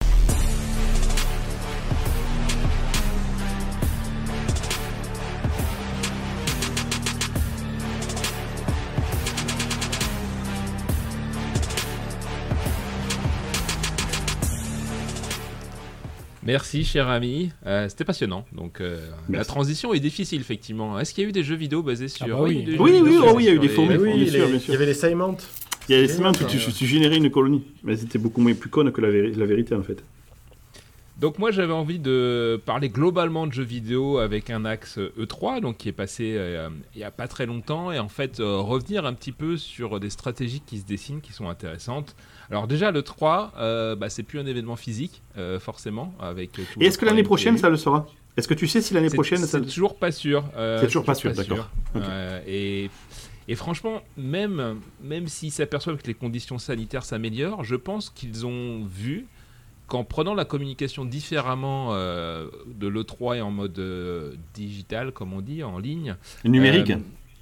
Merci, cher ami. C'était passionnant. Donc, la transition est difficile, effectivement. Est-ce qu'il y a eu des jeux vidéo basés sur... Oui, il y a eu des fourmis. Oui, il y avait les Saimant. Il y a les Saimant où tu générais une colonie. Mais c'était beaucoup plus con que la vérité, en fait. Donc moi j'avais envie de parler globalement de jeux vidéo avec un axe E3 donc qui est passé il n'y a pas très longtemps et en fait revenir un petit peu sur des stratégies qui se dessinent qui sont intéressantes. Alors déjà le 3 c'est plus un événement physique forcément avec et est-ce que l'année prochaine ça le sera? Est-ce que tu sais si l'année prochaine ça... C'est toujours pas sûr. C'est toujours pas sûr, d'accord. Okay. Et franchement, même s'ils s'aperçoivent que les conditions sanitaires s'améliorent, je pense qu'ils ont vu qu'en prenant la communication différemment de l'E3 et en mode digital, comme on dit, en ligne... Numérique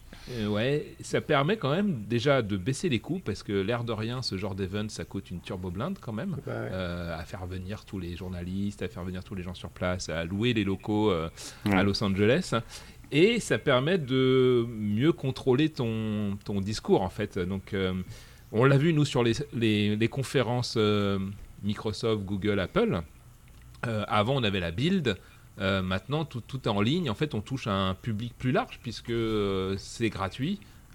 ça permet quand même déjà de baisser les coûts, parce que l'air de rien, ce genre d'event, ça coûte une turbo-blinde quand même, à faire venir tous les journalistes, à faire venir tous les gens sur place, à louer les locaux à Los Angeles. Et ça permet de mieux contrôler ton discours, en fait. Donc, on l'a vu, nous, sur les conférences... Microsoft, Google, Apple. Avant, on avait la build. Maintenant, tout est en ligne. En fait, on touche à un public plus large puisque c'est gratuit.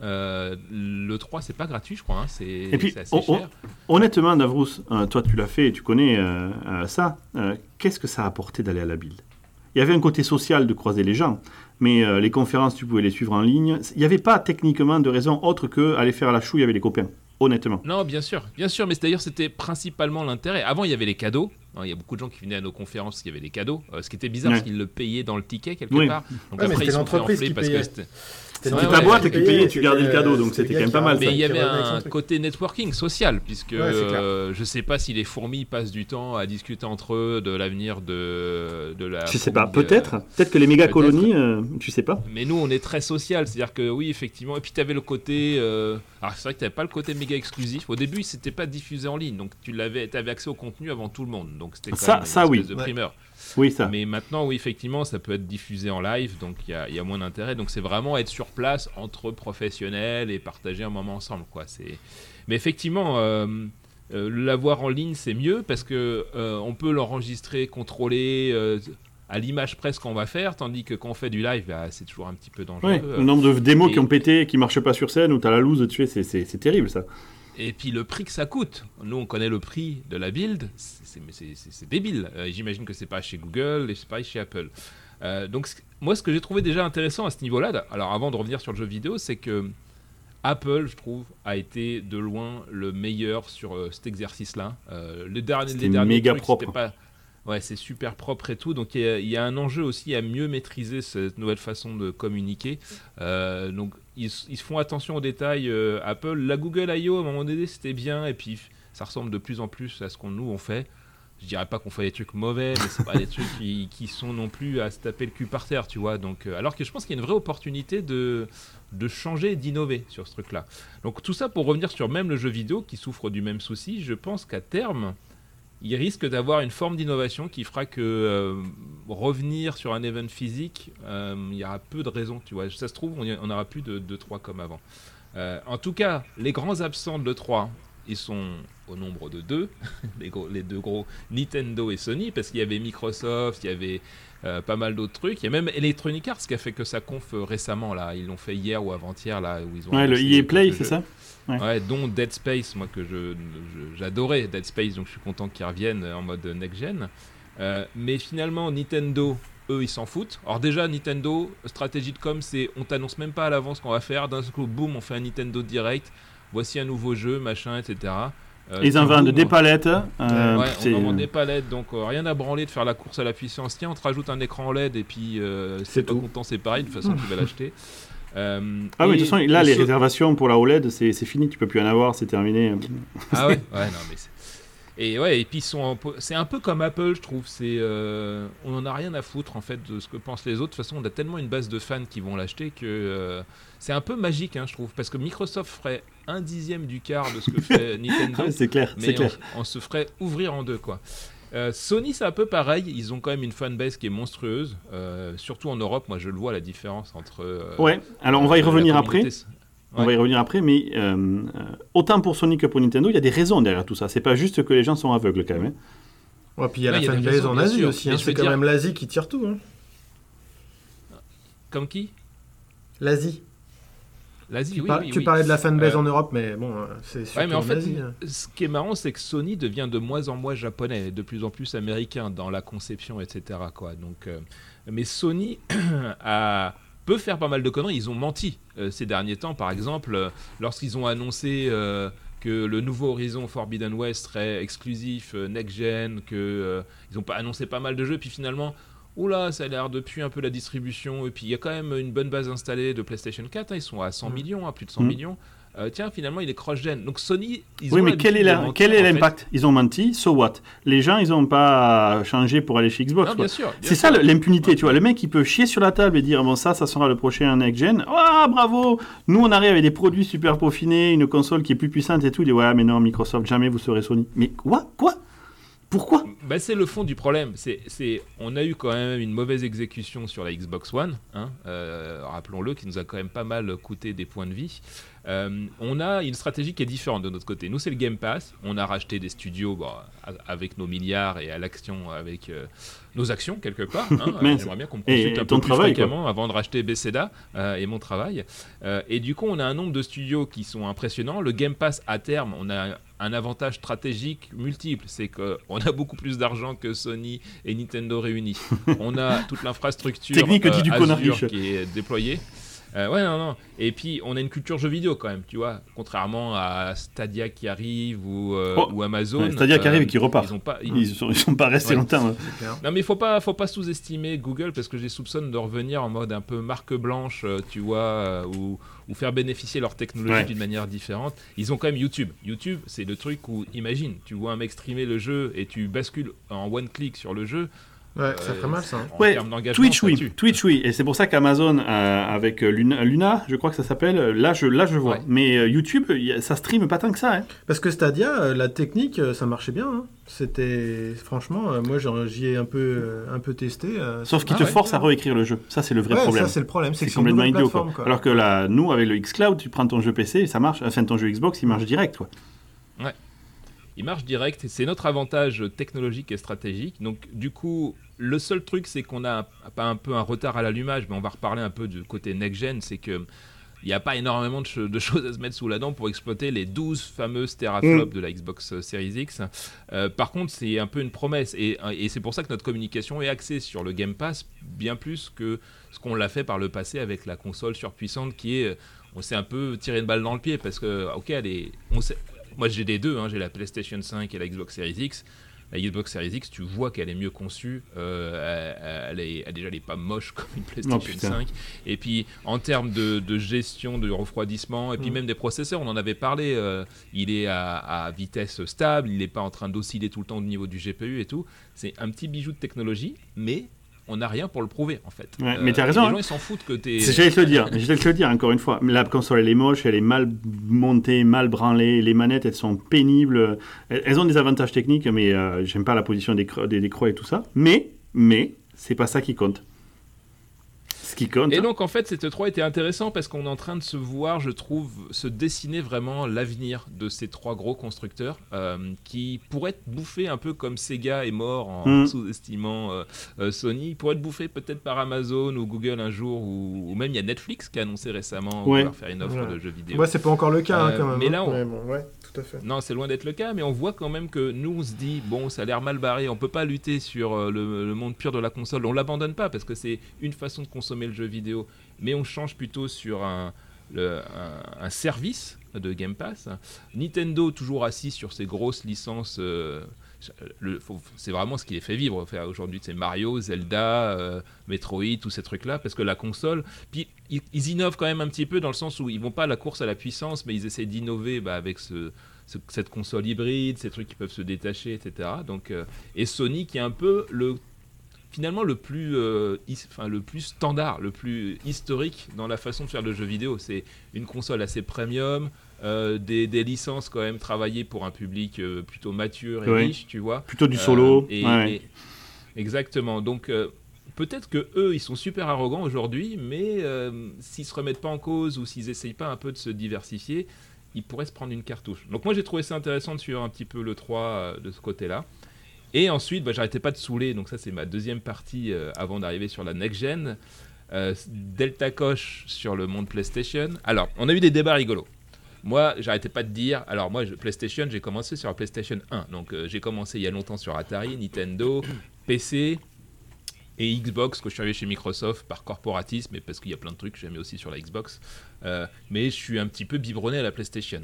Le 3, c'est pas gratuit, je crois. Hein. Et puis, c'est assez cher. Honnêtement, Davrous, toi, tu l'as fait et tu connais ça. Qu'est-ce que ça a apporté d'aller à la build? Il y avait un côté social de croiser les gens, mais les conférences, tu pouvais les suivre en ligne. Il n'y avait pas techniquement de raison autre qu'aller faire la chouille avec les copains. Honnêtement. Non, bien sûr, mais d'ailleurs c'était principalement l'intérêt. Avant, il y avait les cadeaux. Il y a beaucoup de gens qui venaient à nos conférences parce qu'il y avait les cadeaux. Ce qui était bizarre, parce qu'ils le payaient dans le ticket quelque part. Donc après, ils sont fait enfler parce que c'était... C'était ta boîte qui payait, tu gardais le cadeau, donc c'était quand même pas mal. Mais il y avait un côté networking social, puisque je sais pas si les fourmis passent du temps à discuter entre eux de l'avenir de la... Je sais pas, peut-être que les méga colonies, tu sais pas. Mais nous, on est très social, c'est-à-dire que oui, effectivement. Et puis tu avais le côté... Alors c'est vrai que tu n'avais pas le côté méga exclusif. Au début, c'était pas diffusé en ligne, donc tu avais accès au contenu avant tout le monde. Donc c'était quand même une espèce de primeur. Oui, ça. Mais maintenant, oui, effectivement, ça peut être diffusé en live, donc il y a moins d'intérêt. Donc c'est vraiment être sur place entre professionnels et partager un moment ensemble, quoi. Mais effectivement, l'avoir en ligne, c'est mieux parce que on peut l'enregistrer, contrôler à l'image presque qu'on va faire, tandis que quand on fait du live, c'est toujours un petit peu dangereux. Ouais, le nombre de démos qui ont pété, qui marchent pas sur scène, où t'as la loose, tu sais, c'est terrible ça. Et puis le prix que ça coûte. Nous, on connaît le prix de la build. C'est débile. J'imagine que c'est pas chez Google et c'est pas chez Apple. Donc, moi, ce que j'ai trouvé déjà intéressant à ce niveau-là, alors avant de revenir sur le jeu vidéo, c'est que Apple, je trouve, a été de loin le meilleur sur cet exercice-là. Les derniers méga trucs, propre. c'était pas... Ouais, c'est super propre et tout. Donc, il y a un enjeu aussi à mieux maîtriser cette nouvelle façon de communiquer. Donc, ils font attention aux détails. Apple, la Google I.O., à un moment donné, c'était bien. Et puis, ça ressemble de plus en plus à ce qu'on nous, on fait. Je dirais pas qu'on fait des trucs mauvais, mais c'est pas des trucs qui sont non plus à se taper le cul par terre, tu vois. Donc, alors que je pense qu'il y a une vraie opportunité de changer et d'innover sur ce truc-là. Donc, tout ça pour revenir sur même le jeu vidéo qui souffre du même souci. Je pense qu'à terme... il risque d'avoir une forme d'innovation qui fera que revenir sur un event physique, il y aura peu de raisons, tu vois. Ça se trouve, on n'aura plus de 3 comme avant. En tout cas, les grands absents de l'E3, ils sont au nombre de 2, les deux gros, Nintendo et Sony, parce qu'il y avait Microsoft, il y avait pas mal d'autres trucs. Il y a même Electronic Arts qui a fait que sa conf récemment, là. Ils l'ont fait hier ou avant-hier, là, où ils ont... Ouais, le EA Play, c'est ça ? Ouais, dont Dead Space, moi que j'adorais Dead Space, donc je suis content qu'ils reviennent en mode next-gen. Mais finalement, Nintendo, eux, ils s'en foutent. Alors déjà, Nintendo, stratégie de com, c'est on t'annonce même pas à l'avance ce qu'on va faire. D'un coup, boum, on fait un Nintendo Direct. Voici un nouveau jeu, machin, etc. Ils en vendent des palettes. On en vend des palettes, donc rien à branler de faire la course à la puissance. Tiens, on te rajoute un écran LED et puis c'est pas content, c'est pareil, de toute façon tu vas l'acheter. Mais de toute façon, là, les réservations pour la OLED, c'est fini, tu peux plus en avoir, c'est terminé. Ah ouais, non, mais et puis c'est un peu comme Apple, je trouve. On en a rien à foutre en fait de ce que pensent les autres. De toute façon, on a tellement une base de fans qui vont l'acheter que c'est un peu magique, je trouve, parce que Microsoft ferait 1/10 du quart de ce que fait Nintendo. C'est clair, mais on se ferait ouvrir en deux, quoi. Sony, c'est un peu pareil. Ils ont quand même une fanbase qui est monstrueuse, surtout en Europe. Moi, je le vois, la différence entre. Alors on va y revenir après. On va y revenir après, mais autant pour Sony que pour Nintendo, il y a des raisons derrière tout ça. C'est pas juste que les gens sont aveugles quand même. Ouais, puis il y a la fanbase en Asie aussi. C'est quand même l'Asie qui tire tout. Comme qui ? L'Asie. L'Asie, tu parlais de la fanbase en Europe, mais bon, c'est surtout mais en fait, Asie. Ce qui est marrant, c'est que Sony devient de moins en moins japonais, de plus en plus américain dans la conception, etc. quoi. Donc, mais Sony peut faire pas mal de conneries. Ils ont menti ces derniers temps, par exemple, lorsqu'ils ont annoncé que le nouveau Horizon Forbidden West serait exclusif next-gen, qu'ils ont annoncé pas mal de jeux, puis finalement... Oula, ça a l'air de puer un peu la distribution. Et puis il y a quand même une bonne base installée de PlayStation 4. Ils sont à 100 millions, plus de 100 millions. Tiens, finalement, il est cross-gen. Donc Sony, mais quel est l'impact ? Ils ont menti, so what ? Les gens, ils n'ont pas changé pour aller chez Xbox. Non, bien sûr, c'est ça l'impunité, tu vois. Le mec, il peut chier sur la table et dire bon, ça sera le prochain next-gen. Oh, bravo ! Nous, on arrive avec des produits super peaufinés, une console qui est plus puissante et tout. Il dit ouais, mais non, Microsoft, jamais vous serez Sony. Mais quoi ? Pourquoi ? C'est le fond du problème. On a eu quand même une mauvaise exécution sur la Xbox One, rappelons-le, qui nous a quand même pas mal coûté des points de vie. On a une stratégie qui est différente de notre côté. Nous, c'est le Game Pass. On a racheté des studios avec nos milliards et à l'action avec nos actions, quelque part. J'aimerais bien qu'on me consulte un peu plus fréquemment avant de racheter Bethesda et mon travail. Et du coup, on a un nombre de studios qui sont impressionnants. Le Game Pass, à terme, on a un avantage stratégique multiple, c'est qu'on a beaucoup plus d'argent que Sony et Nintendo réunis. On a toute l'infrastructure Azure qui est déployée. Non. Et puis, on a une culture jeu vidéo quand même, tu vois, contrairement à Stadia qui arrive ou Amazon. Ouais, Stadia qui arrive et qui repart. Ils sont pas restés longtemps. Non, mais faut pas sous-estimer Google parce que je les soupçonne de revenir en mode un peu marque blanche, tu vois, ou faire bénéficier leur technologie d'une manière différente. Ils ont quand même YouTube. YouTube, c'est le truc où, imagine, tu vois un mec streamer le jeu et tu bascules en one click sur le jeu. Ouais, ça ferait mal ça. Twitch, oui. Et c'est pour ça qu'Amazon, avec Luna, je crois que ça s'appelle, là je vois. Ouais. Mais YouTube, ça stream pas tant que ça. Parce que Stadia, la technique, ça marchait bien. C'était, franchement, moi j'y ai un peu testé. Sauf qu'il te force à réécrire le jeu. Ça, c'est le vrai problème. Ça, c'est le problème. C'est complètement idiot. Quoi. Alors que là, nous, avec le xCloud, tu prends ton jeu PC et ça marche. Enfin, ton jeu Xbox, il marche direct. Quoi. Ouais. Il marche direct et c'est notre avantage technologique et stratégique. Donc, du coup, le seul truc, c'est qu'on a pas un peu un retard à l'allumage, mais on va reparler un peu du côté next-gen, c'est qu'il n'y a pas énormément de choses à se mettre sous la dent pour exploiter les 12 fameuses teraflops de la Xbox Series X. Par contre, c'est un peu une promesse et c'est pour ça que notre communication est axée sur le Game Pass bien plus que ce qu'on l'a fait par le passé avec la console surpuissante qui est... On s'est un peu tiré une balle dans le pied parce que, moi j'ai les deux, j'ai la PlayStation 5 et la Xbox Series X. La Xbox Series X, tu vois qu'elle est mieux conçue. Elle est pas moche comme une PlayStation 5. Et puis, en termes de gestion, de refroidissement, et puis même des processeurs, on en avait parlé. Il est à vitesse stable, il n'est pas en train d'osciller tout le temps au niveau du GPU et tout. C'est un petit bijou de technologie, mais on n'a rien pour le prouver en fait. Ouais, mais tu as raison. Les gens ils s'en foutent que t'es. J'allais te le dire encore une fois. La console elle est moche, elle est mal montée, mal branlée. Les manettes elles sont pénibles. Elles ont des avantages techniques, mais j'aime pas la position des croix et tout ça. Mais c'est pas ça qui compte. Ce qui compte. Et donc en fait cette 3 était intéressant parce qu'on est en train de se voir, je trouve, se dessiner vraiment l'avenir de ces 3 gros constructeurs qui pourraient être bouffés un peu comme Sega est mort en sous-estimant Sony, pourraient être bouffés peut-être par Amazon ou Google un jour ou même il y a Netflix qui a annoncé récemment vouloir faire une offre de jeux vidéo. Ouais, c'est pas encore le cas quand même. Mais là, tout à fait. Non, c'est loin d'être le cas, mais on voit quand même que nous on se dit bon, ça a l'air mal barré, on peut pas lutter sur le monde pur de la console, on l'abandonne pas parce que c'est une façon de consommer le jeu vidéo, mais on change plutôt sur un service de Game Pass. Nintendo toujours assis sur ses grosses licences. C'est vraiment ce qui les fait vivre aujourd'hui, c'est Mario, Zelda, Metroid, tous ces trucs-là, parce que la console, puis ils innovent quand même un petit peu dans le sens où ils vont pas à la course à la puissance, mais ils essaient d'innover avec cette console hybride, ces trucs qui peuvent se détacher, etc. Donc, et Sony qui est un peu finalement le plus standard, le plus historique dans la façon de faire le jeu vidéo. C'est une console assez premium, des licences quand même travaillées pour un public plutôt mature et riche, tu vois. Plutôt du solo. Exactement. Donc peut-être que eux, ils sont super arrogants aujourd'hui, mais s'ils se remettent pas en cause ou s'ils essayent pas un peu de se diversifier, ils pourraient se prendre une cartouche. Donc moi, j'ai trouvé ça intéressant de suivre un petit peu le 3 de ce côté-là. Et ensuite, j'arrêtais pas de saouler, donc ça c'est ma deuxième partie avant d'arriver sur la next-gen. Delta Koch sur le monde PlayStation. Alors, on a eu des débats rigolos. Moi, j'arrêtais pas de dire, alors moi, PlayStation, j'ai commencé sur la PlayStation 1. Donc j'ai commencé il y a longtemps sur Atari, Nintendo, PC et Xbox, quand je suis arrivé chez Microsoft par corporatisme, et parce qu'il y a plein de trucs que j'aimais aussi sur la Xbox. Mais je suis un petit peu biberonné à la PlayStation.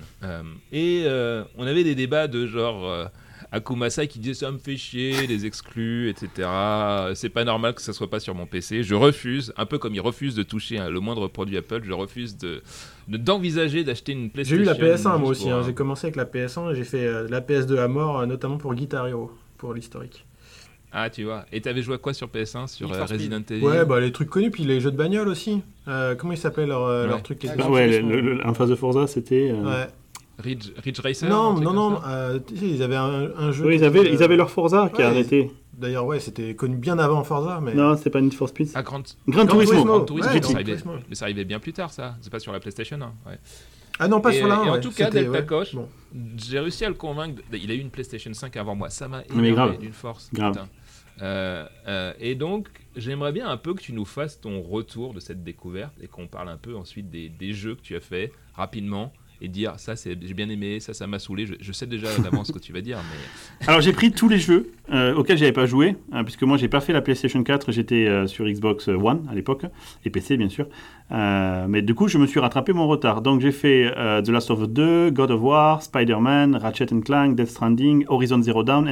On avait des débats de genre... Akumasai qui disait ça me fait chier, les exclus, etc. C'est pas normal que ça soit pas sur mon PC. Je refuse, un peu comme il refuse de toucher le moindre produit Apple, je refuse d'envisager d'acheter une PlayStation. J'ai eu la PS1 moi aussi, j'ai commencé avec la PS1 et j'ai fait la PS2 à mort, notamment pour Guitar Hero, pour l'historique. Ah, tu vois. Et t'avais joué à quoi sur PS1 sur Resident Evil? Ouais, les trucs connus, puis les jeux de bagnole aussi. Comment ils s'appellent leur truc en phase de Forza, c'était... Ouais. Ridge Racer? Non, ils avaient un jeu. Oui, ils avaient leur Forza qui a arrêté. D'ailleurs, c'était connu bien avant Forza. Mais... Non, c'était pas Need for Speed. Ah, Gran Turismo. Mais ça arrivait bien plus tard, ça. C'est pas sur la PlayStation 1. Ouais. Ah non, pas sur la 1. Et en tout cas, Delta Koch, j'ai réussi à le convaincre. Il a eu une PlayStation 5 avant moi. Ça m'a énervé d'une force. Grave. Et donc, j'aimerais bien un peu que tu nous fasses ton retour de cette découverte et qu'on parle un peu ensuite des jeux que tu as fait rapidement. Et dire ça j'ai bien aimé, ça m'a saoulé. Je sais déjà d'avance ce que tu vas dire. Mais... Alors j'ai pris tous les jeux auxquels j'avais pas joué, puisque moi j'ai pas fait la PlayStation 4, j'étais sur Xbox One à l'époque, et PC bien sûr. Mais du coup je me suis rattrapé mon retard. Donc j'ai fait The Last of Us 2, God of War, Spider-Man, Ratchet & Clank, Death Stranding, Horizon Zero Dawn,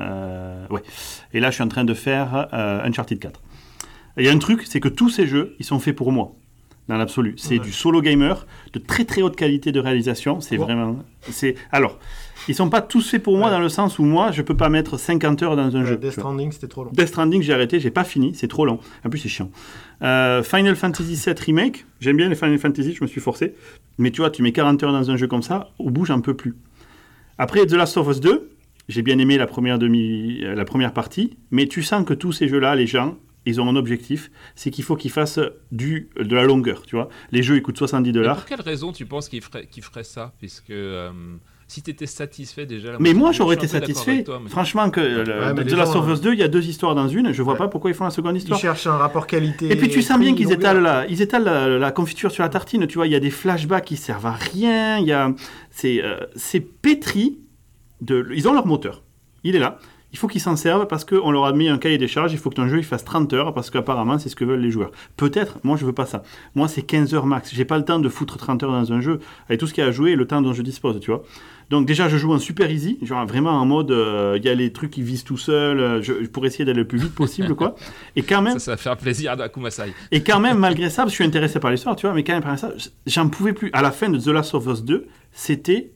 et là je suis en train de faire Uncharted 4. Il y a un truc, c'est que tous ces jeux, ils sont faits pour moi. Dans l'absolu. C'est du solo gamer, de très très haute qualité de réalisation. C'est vraiment... Alors, ils sont pas tous faits pour moi dans le sens où moi, je peux pas mettre 50 heures dans un jeu. Death Stranding, c'était trop long. Death Stranding, j'ai arrêté, j'ai pas fini, c'est trop long. En plus, c'est chiant. Final Fantasy VII Remake, j'aime bien les Final Fantasy, je me suis forcé. Mais tu vois, tu mets 40 heures dans un jeu comme ça, au bout, j'en peux plus. Après, The Last of Us 2, j'ai bien aimé la première partie, mais tu sens que tous ces jeux-là, les gens... Ils ont un objectif, c'est qu'il faut qu'ils fassent de la longueur, tu vois. Les jeux, ils coûtent $70. Pour quelle raison tu penses qu'ils feraient ça? Puisque si tu étais satisfait déjà... Mais moi, j'aurais été satisfait. Franchement, The Last of Us 2, il y a 2 histoires dans une. Je vois pas pourquoi ils font la seconde histoire. Ils cherchent un rapport qualité... Et puis tu sens bien qu'ils étalent la confiture sur la tartine. Tu vois, il y a des flashbacks qui servent à rien. C'est pétri. Ils ont leur moteur. Il est là. Il faut qu'ils s'en servent parce qu'on leur a mis un cahier des charges, il faut que ton jeu il fasse 30 heures parce qu'apparemment c'est ce que veulent les joueurs. Peut-être, moi je veux pas ça. Moi c'est 15 heures max. J'ai pas le temps de foutre 30 heures dans un jeu avec tout ce qu'il y a à jouer et le temps dont je dispose, tu vois. Donc déjà je joue en super easy, genre vraiment en mode il y a les trucs qui visent tout seul, pour essayer d'aller le plus vite possible quoi. Et quand même ça va faire plaisir à Akumasai. Et quand même malgré ça, parce que je suis intéressé par l'histoire, tu vois, mais quand même malgré ça, j'en pouvais plus. À la fin de The Last of Us 2, c'était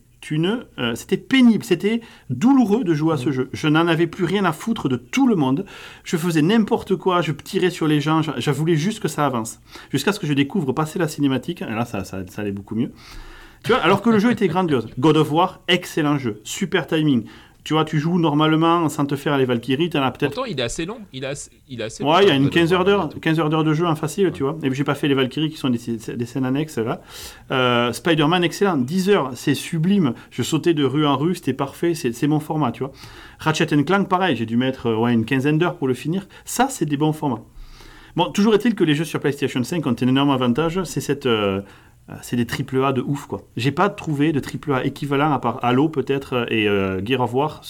pénible, c'était douloureux de jouer à ce jeu. Je n'en avais plus rien à foutre de tout le monde. Je faisais n'importe quoi, je tirais sur les gens, je voulais juste que ça avance. Jusqu'à ce que je découvre passer la cinématique, et là ça allait beaucoup mieux. Tu vois, alors que le jeu était grandiose. God of War, excellent jeu, super timing. Tu vois, tu joues normalement sans te faire les Valkyries, t'en as peut-être... Pourtant, il est assez long. Il est assez long. Ouais, il y a une 15 heures d'heures de jeu en facile, tu vois. Et puis, j'ai pas fait les Valkyries qui sont des scènes annexes, là. Spider-Man, excellent. 10 heures, c'est sublime. Je sautais de rue en rue, c'était parfait. C'est mon format, tu vois. Ratchet & Clank, pareil. J'ai dû mettre une quinzaine d'heures pour le finir. Ça, c'est des bons formats. Bon, toujours est-il que les jeux sur PlayStation 5 ont un énorme avantage, c'est des AAA de ouf, quoi. J'ai pas trouvé de AAA équivalent à part Halo peut-être et Gears of War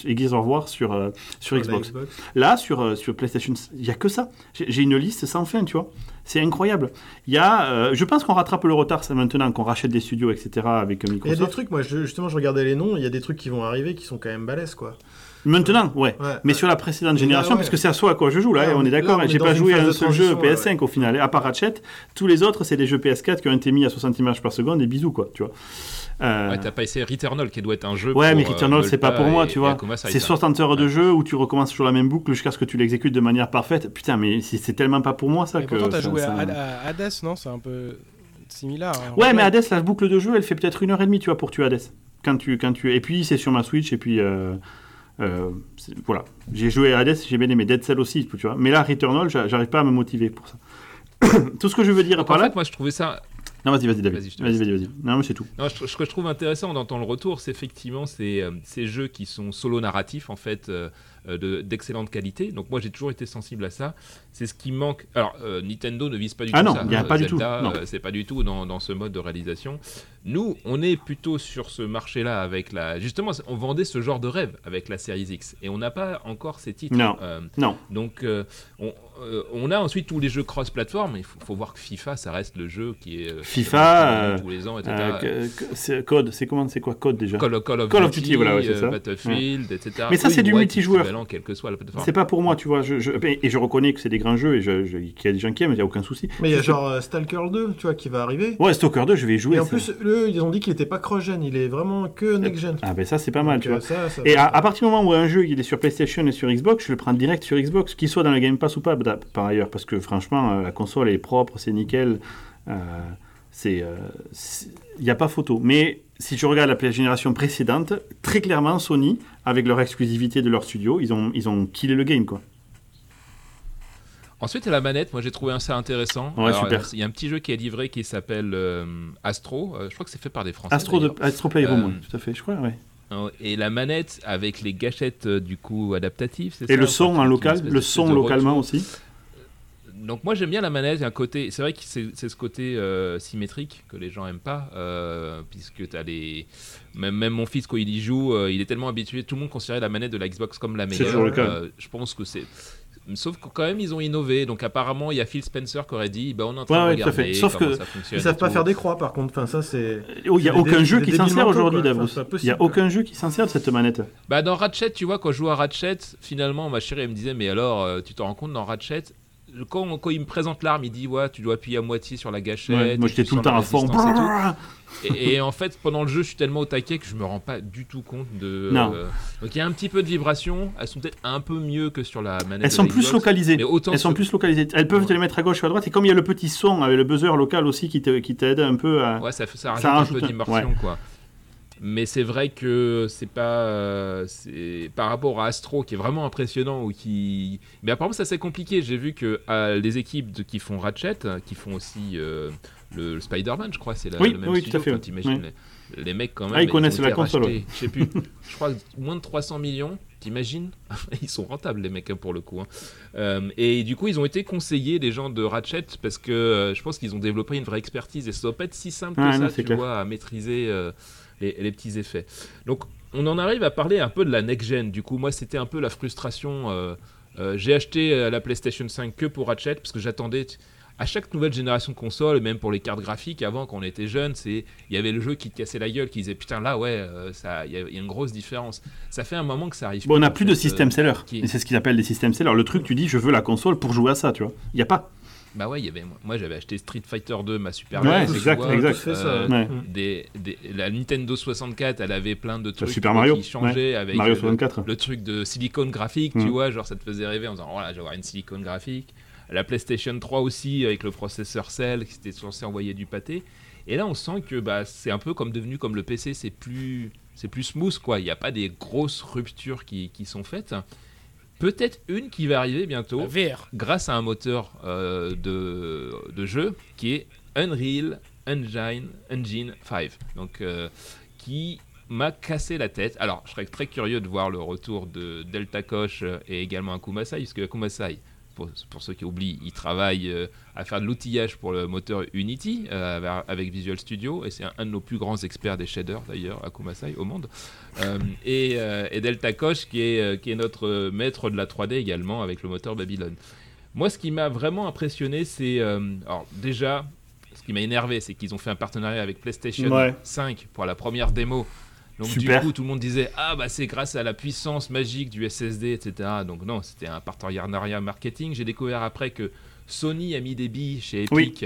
sur Xbox. Là sur PlayStation, il y a que ça. J'ai une liste sans fin, tu vois. C'est incroyable. Il y a, je pense qu'on rattrape le retard ça, maintenant, qu'on rachète des studios, etc. avec Microsoft. Il y a des trucs, moi, justement, je regardais les noms, il y a des trucs qui vont arriver qui sont quand même balèzes, quoi. Maintenant, ouais. Mais sur la précédente génération, parce que c'est à soi à quoi je joue, là, on est d'accord. J'ai pas joué à un seul jeu PS5 au final. À part Ratchet, tous les autres, c'est des jeux PS4 qui ont été mis à 60 images par seconde et bisous, quoi, tu vois. T'as pas essayé Returnal qui doit être un jeu. Ouais, mais Returnal, c'est pas pour moi, tu vois. C'est 60 heures de jeu où tu recommences sur la même boucle jusqu'à ce que tu l'exécutes de manière parfaite. Putain, mais c'est tellement pas pour moi ça. Mais pourtant, t'as joué à Hades, non? C'est un peu similaire. Ouais, mais Hades, la boucle de jeu, elle fait peut-être 1h30, tu vois, pour tuer Hades. Et puis, c'est sur ma Switch, et puis. Voilà, j'ai joué à Hades, j'ai bien aimé Dead Cell aussi, tu vois. Mais là, Returnal, j'arrive pas à me motiver pour ça. Tout ce que je veux dire par là. En fait, moi, je trouvais ça. Non, vas-y, David. Vas-y. Non, mais c'est tout. Non, ce que je trouve intéressant dans le retour, c'est effectivement ces jeux qui sont solo narratifs, en fait, d'excellente qualité. Donc, moi, j'ai toujours été sensible à ça. C'est ce qui manque. Alors, Nintendo ne vise pas du tout ça. Ah non, il n'y a pas Zelda, du tout. C'est pas du tout dans ce mode de réalisation. Nous, on est plutôt sur ce marché-là avec Justement, on vendait ce genre de rêve avec la Series X. Et on n'a pas encore ces titres. Non. Donc, on a ensuite tous les jeux cross-platform. Il faut voir que FIFA, ça reste le jeu qui est... FIFA, tous les ans, etc. Code, c'est quoi Code déjà Call of Duty, voilà, ouais, c'est ça. Battlefield, etc. Mais ça, c'est du multijoueur. Quelle que soit la plateforme. C'est pas pour moi, tu vois. Et je reconnais que c'est des grands jeux et qu'il y a des gens qui aiment, il n'y a aucun souci. Mais il y a genre Stalker 2, tu vois, qui va arriver. Ouais, Stalker 2, je vais y jouer. Et en plus, ils ont dit qu'il n'était pas cross-gen, il est vraiment que next-gen. Ah ben ça, c'est pas mal, donc, tu vois. Ça et à partir du moment où un jeu il est sur PlayStation et sur Xbox, je le prends direct sur Xbox, qu'il soit dans le Game Pass ou pas, par ailleurs, parce que franchement, la console est propre, c'est nickel. Il n'y a pas photo. Mais si je regarde la génération précédente, très clairement, Sony, avec leur exclusivité de leur studio, ils ont killé le game, quoi. Ensuite, la manette, moi j'ai trouvé ça intéressant. Ouais, super. Il y a un petit jeu qui est livré qui s'appelle Astro. Je crois que c'est fait par des Français. Astro Playroom, tout à fait, je crois, ouais. Et la manette avec les gâchettes du coup adaptatives, c'est et ça, le son en local, le son localement aussi. Donc moi j'aime bien la manette, il y a un côté, c'est vrai que c'est ce côté symétrique que les gens aiment pas, puisque t'as même mon fils quand il y joue, il est tellement habitué, tout le monde considérait la manette de la Xbox comme la meilleure. C'est toujours le cas. Je pense que c'est... Sauf que quand même ils ont innové, donc apparemment il y a Phil Spencer qui aurait dit on est en train de regarder Sauf comment que ça fonctionne. Ils savent pas faire des croix par contre, enfin ça c'est... Il n'y a aucun jeu qui s'en sert aujourd'hui, Davos. Il n'y a aucun jeu qui s'en sert de cette manette. Bah dans Ratchet, tu vois, quand je joue à Ratchet, finalement ma chérie elle me disait mais alors tu te rends compte dans Ratchet, quand il me présente l'arme, il dit tu dois appuyer à moitié sur la gâchette. Ouais, moi j'étais tout le temps à fond. Et en fait, pendant le jeu, je suis tellement au taquet que je me rends pas du tout compte de. Non. Donc il y a un petit peu de vibration. Elles sont peut-être un peu mieux que sur la manette. Elles sont plus localisées. Elles peuvent te les mettre à gauche ou à droite. Et comme il y a le petit son avec le buzzer local aussi qui t'aide un peu à. Ouais, ça rajoute un peu d'immersion, quoi. Mais c'est vrai que c'est pas c'est par rapport à Astro qui est vraiment impressionnant mais apparemment ça c'est compliqué. J'ai vu que les équipes qui font Ratchet, qui font aussi le Spider-Man, je crois, c'est le même studio. Tout à fait. T'imagines les mecs quand même. Ils connaissent la console. Je sais plus. Je crois moins de 300 millions. T'imagines? Ils sont rentables les mecs pour le coup. Et du coup ils ont été conseillés les gens de Ratchet parce que je pense qu'ils ont développé une vraie expertise et ça doit pas être si simple que ça, tu vois, à maîtriser. Les petits effets. Donc, on en arrive à parler un peu de la next-gen. Du coup, moi, c'était un peu la frustration. J'ai acheté la PlayStation 5 que pour Ratchet, parce que j'attendais... À chaque nouvelle génération de consoles, et même pour les cartes graphiques, avant, quand on était jeune, il y avait le jeu qui te cassait la gueule, qui disait, putain, là, il y a une grosse différence. Ça fait un moment que ça arrive. Bon, on n'a plus de système seller. Et c'est ce qu'ils appellent des systèmes sellers. Le truc, tu dis, je veux la console pour jouer à ça, tu vois. Il n'y a pas... Bah ouais, moi j'avais acheté Street Fighter 2, ma Super NES, exact. La Nintendo 64, elle avait plein de trucs Super Mario, qui changeaient avec Mario 64. Le truc de silicone graphique, tu vois, genre ça te faisait rêver en disant voilà, je vais avoir une silicone graphique. La PlayStation 3 aussi avec le processeur Cell qui était censé envoyer du pâté. Et là on sent que c'est un peu devenu comme le PC, c'est plus smooth quoi, il n'y a pas des grosses ruptures qui sont faites. Peut-être une qui va arriver bientôt, grâce à un moteur de jeu qui est Unreal Engine 5, donc qui m'a cassé la tête. Alors, je serais très curieux de voir le retour de Delta Koch et également Akumasai, parce que Akumasai, pour ceux qui oublient, il travaille à faire de l'outillage pour le moteur Unity avec Visual Studio, et c'est un de nos plus grands experts des shaders d'ailleurs, Akumasai, au monde. Et Delta Koch qui est notre maître de la 3D également avec le moteur Babylon. Moi, ce qui m'a vraiment impressionné, c'est... alors déjà, ce qui m'a énervé, c'est qu'ils ont fait un partenariat avec PlayStation 5 pour la première démo. Donc Super. Du coup, tout le monde disait « Ah, bah c'est grâce à la puissance magique du SSD, etc. » Donc non, c'était un partenariat marketing. J'ai découvert après que Sony a mis des billes chez Epic,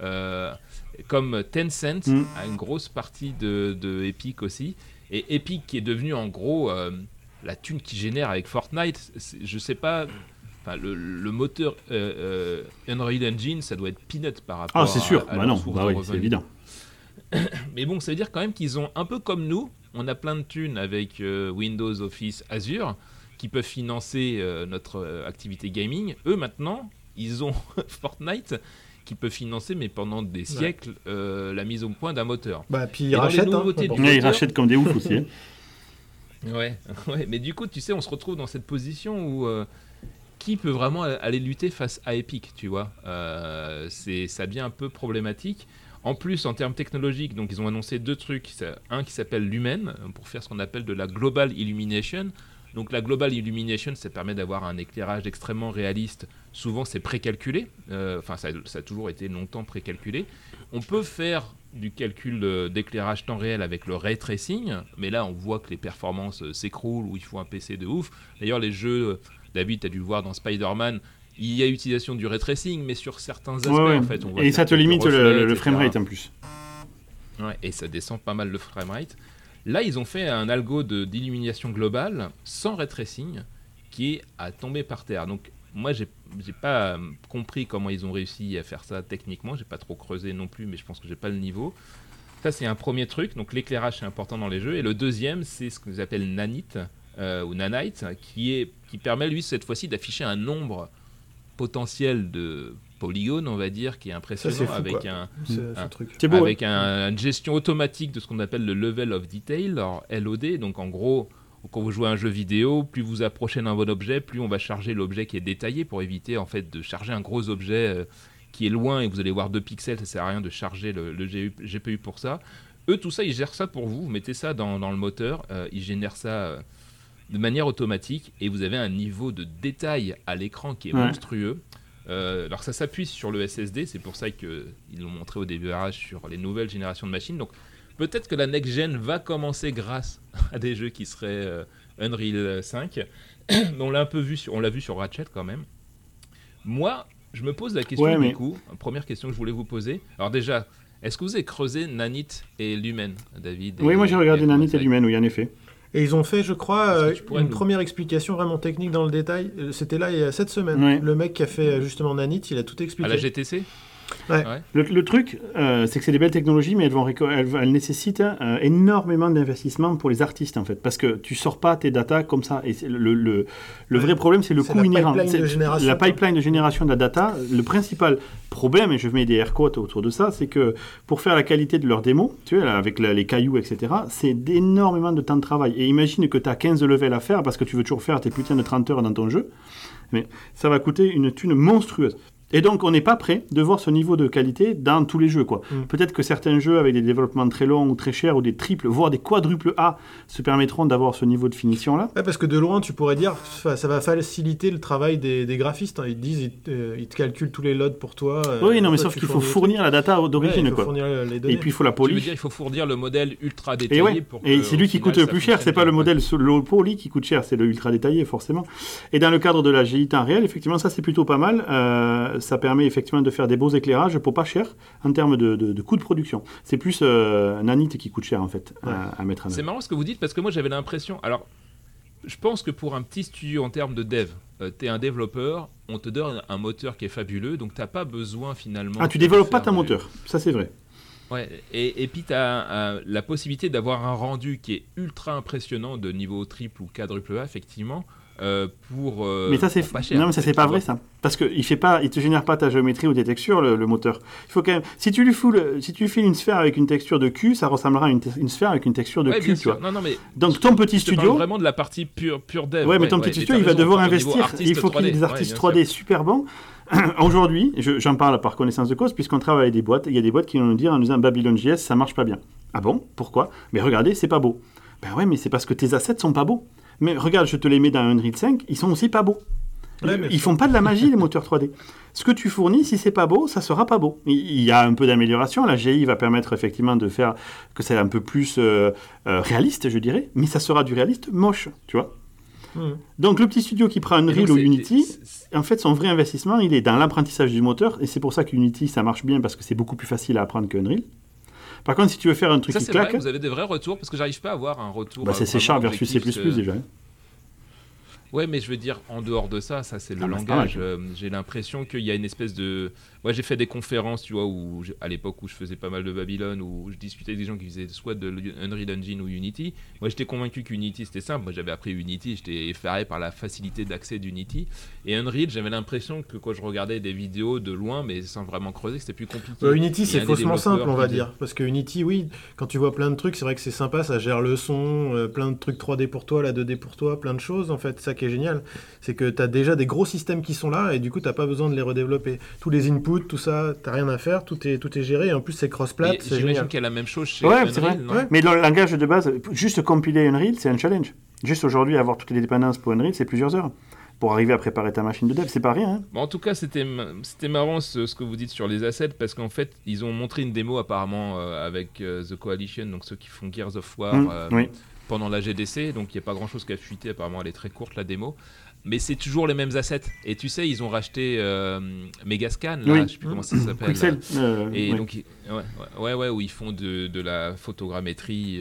comme Tencent a une grosse partie de Epic aussi. Et Epic qui est devenu en gros la thune qu'ils génèrent avec Fortnite. Je sais pas... Enfin, le moteur Unreal Engine, ça doit être peanut par rapport à... Ah, c'est sûr. à bah non, bah oui, c'est évident. Mais bon, ça veut dire quand même qu'ils ont, un peu comme nous, on a plein de thunes avec Windows, Office, Azure, qui peuvent financer notre activité gaming. Eux, maintenant, ils ont Fortnite, qui peut financer, mais pendant des siècles, la mise au point d'un moteur. Bah, puis ils rachètent. Ils rachètent comme des oufs aussi. Ouais, mais du coup, tu sais, on se retrouve dans cette position où... qui peut vraiment aller lutter face à Epic, tu vois ça devient un peu problématique. En plus, en termes technologiques, donc ils ont annoncé 2 trucs. Un qui s'appelle Lumen, pour faire ce qu'on appelle de la Global Illumination. Donc la Global Illumination, ça permet d'avoir un éclairage extrêmement réaliste. Souvent, c'est précalculé. Enfin, ça a toujours été longtemps précalculé. On peut faire du calcul d'éclairage temps réel avec le ray tracing, mais là, on voit que les performances s'écroulent, ou il faut un PC de ouf. D'ailleurs, les jeux... David, tu as dû le voir dans Spider-Man, il y a utilisation du ray tracing, mais sur certains aspects, en fait. On voit et ça te limite le framerate en plus. Ouais, et ça descend pas mal le framerate. Là, ils ont fait un algo d'illumination globale, sans ray tracing, qui est à tomber par terre. Donc, moi, j'ai pas compris comment ils ont réussi à faire ça techniquement. J'ai pas trop creusé non plus, mais je pense que j'ai pas le niveau. Ça, c'est un premier truc. Donc, l'éclairage, c'est important dans les jeux. Et le deuxième, c'est ce qu'ils appellent Nanite. Ou Nanite, qui permet lui cette fois-ci d'afficher un nombre potentiel de polygones, on va dire, qui est impressionnant. Ça, c'est fou, avec une gestion automatique de ce qu'on appelle le level of detail, alors LOD. Donc en gros, quand vous jouez à un jeu vidéo, plus vous approchez d'un bon objet, plus on va charger l'objet qui est détaillé pour éviter en fait de charger un gros objet qui est loin et vous allez voir 2 pixels. Ça sert à rien de charger le GPU pour ça. Eux, tout ça, ils gèrent ça pour vous. Vous mettez ça dans le moteur, ils génèrent ça de manière automatique, et vous avez un niveau de détail à l'écran qui est monstrueux. Alors ça s'appuie sur le SSD, c'est pour ça qu'ils l'ont montré au démarrage sur les nouvelles générations de machines. Donc peut-être que la next-gen va commencer grâce à des jeux qui seraient Unreal 5. On l'a vu sur Ratchet quand même. Moi, je me pose la question du coup, première question que je voulais vous poser. Alors déjà, est-ce que vous avez creusé Nanite et Lumen, David? Oui, moi j'ai regardé Nanite et Lumen, oui, en effet. Et ils ont fait, je crois, une première explication vraiment technique dans le détail. C'était là il y a 7 semaines. Ouais. Le mec qui a fait justement Nanite, il a tout expliqué. À la GTC ? Ouais. Le truc, c'est que c'est des belles technologies, mais elles nécessitent énormément d'investissement pour les artistes, en fait. Parce que tu sors pas tes datas comme ça. Et le vrai problème, c'est le coût inhérent. La pipeline de génération de la data. Le principal problème, et je mets des air quotes autour de ça, c'est que pour faire la qualité de leurs démos, tu vois, avec les cailloux, etc., c'est énormément de temps de travail. Et imagine que tu as 15 levels à faire parce que tu veux toujours faire tes putains de 30 heures dans ton jeu. Mais ça va coûter une thune monstrueuse. Et donc, on n'est pas prêt de voir ce niveau de qualité dans tous les jeux, quoi. Peut-être que certains jeux avec des développements très longs ou très chers, ou des triples, voire des quadruples A, se permettront d'avoir ce niveau de finition-là. Ouais, parce que de loin, tu pourrais dire ça va faciliter le travail des graphistes. Ils te disent, ils te calculent tous les loads pour toi. Oui, non, mais sauf qu'il faut fournir la data d'origine, quoi. Les données. Et puis, il faut la polish. Tu veux dire, il faut fournir le modèle ultra détaillé et c'est lui qui coûte le plus cher, c'est pas le modèle low poly qui coûte cher, c'est le ultra détaillé, forcément. Et dans le cadre de la GI temps réel, effectivement, ça, c'est plutôt pas mal. Ça permet effectivement de faire des beaux éclairages pour pas cher en termes de coût de production. C'est plus Nanite qui coûte cher en fait à mettre en œuvre. C'est marrant ce que vous dites parce que moi j'avais l'impression. Alors, je pense que pour un petit studio en termes de dev, t'es un développeur, on te donne un moteur qui est fabuleux, donc t'as pas besoin finalement. Ah, tu développes pas ton moteur, ça c'est vrai. Ouais, et puis t'as la possibilité d'avoir un rendu qui est ultra impressionnant de niveau triple ou quadruple A effectivement. Mais ça c'est pas cher. Non, mais ça c'est pas vrai ça, parce que il te génère pas ta géométrie ou des textures le moteur. Il faut quand même, si tu fais une sphère avec une texture de cul, ça ressemblera à une sphère avec une texture de cul, tu vois. Non, mais donc ton petit studio, vraiment de la partie pure dev. Ouais, mais ton petit studio, il va devoir investir. Il faut qu'il y ait des artistes 3D super bons. Aujourd'hui, j'en parle par connaissance de cause, puisqu'on travaille avec des boîtes. Il y a des boîtes qui vont nous dire en nous disant Babylon.js, ça marche pas bien. Ah bon? Pourquoi? Mais regardez, c'est pas beau. Ben ouais, mais c'est parce que tes assets sont pas beaux. Mais regarde, je te les mets dans Unreal 5, ils sont aussi pas beaux. Ils font pas de la magie, les moteurs 3D. Ce que tu fournis, si c'est pas beau, ça sera pas beau. Il y a un peu d'amélioration. La GI va permettre effectivement de faire que c'est un peu plus réaliste, je dirais, mais ça sera du réaliste moche, tu vois. Donc le petit studio qui prend Unreal ou Unity, en fait son vrai investissement il est dans l'apprentissage du moteur, et c'est pour ça qu'Unity ça marche bien parce que c'est beaucoup plus facile à apprendre qu'Unreal. Par contre si tu veux faire un truc qui claque... Vrai, vous avez des vrais retours, parce que j'arrive pas à avoir un retour... c'est C# versus C++ déjà. Ouais, mais je veux dire, en dehors de ça, c'est le langage. J'ai l'impression qu'il y a une espèce de... Moi, j'ai fait des conférences, tu vois, à l'époque où je faisais pas mal de Babylone, où je discutais avec des gens qui faisaient soit de Unreal Engine ou Unity. Moi, j'étais convaincu qu'Unity, c'était simple. Moi, j'avais appris Unity, j'étais effaré par la facilité d'accès d'Unity. Et Unreal, j'avais l'impression que quand je regardais des vidéos de loin, mais sans vraiment creuser, c'était plus compliqué. Unity, c'est faussement simple, on va dire. Parce que Unity, oui, quand tu vois plein de trucs, c'est vrai que c'est sympa, ça gère le son, plein de trucs 3D pour toi, la 2D pour toi, plein de choses, en fait. Ça qui est génial, c'est que tu as déjà des gros systèmes qui sont là, et du coup, tu n'as pas besoin de les redévelopper. Tous les inputs, tout ça, tu n'as rien à faire, tout est géré, et en plus, c'est cross-plat, c'est génial. J'imagine qu'il y a la même chose chez Unreal, c'est vrai. Mais le langage de base, juste compiler Unreal, c'est un challenge. Juste aujourd'hui, avoir toutes les dépendances pour Unreal, c'est plusieurs heures. Pour arriver à préparer ta machine de dev, c'est pas rien. Hein. Bon, en tout cas, c'était marrant ce que vous dites sur les assets, parce qu'en fait, ils ont montré une démo apparemment avec The Coalition, donc ceux qui font Gears of War pendant la GDC, donc il n'y a pas grand-chose qui a fuité, apparemment elle est très courte la démo. Mais c'est toujours les mêmes assets. Et tu sais, ils ont racheté Megascan, là, je sais plus comment ça s'appelle. Pixel. Donc, où ils font de la photogrammétrie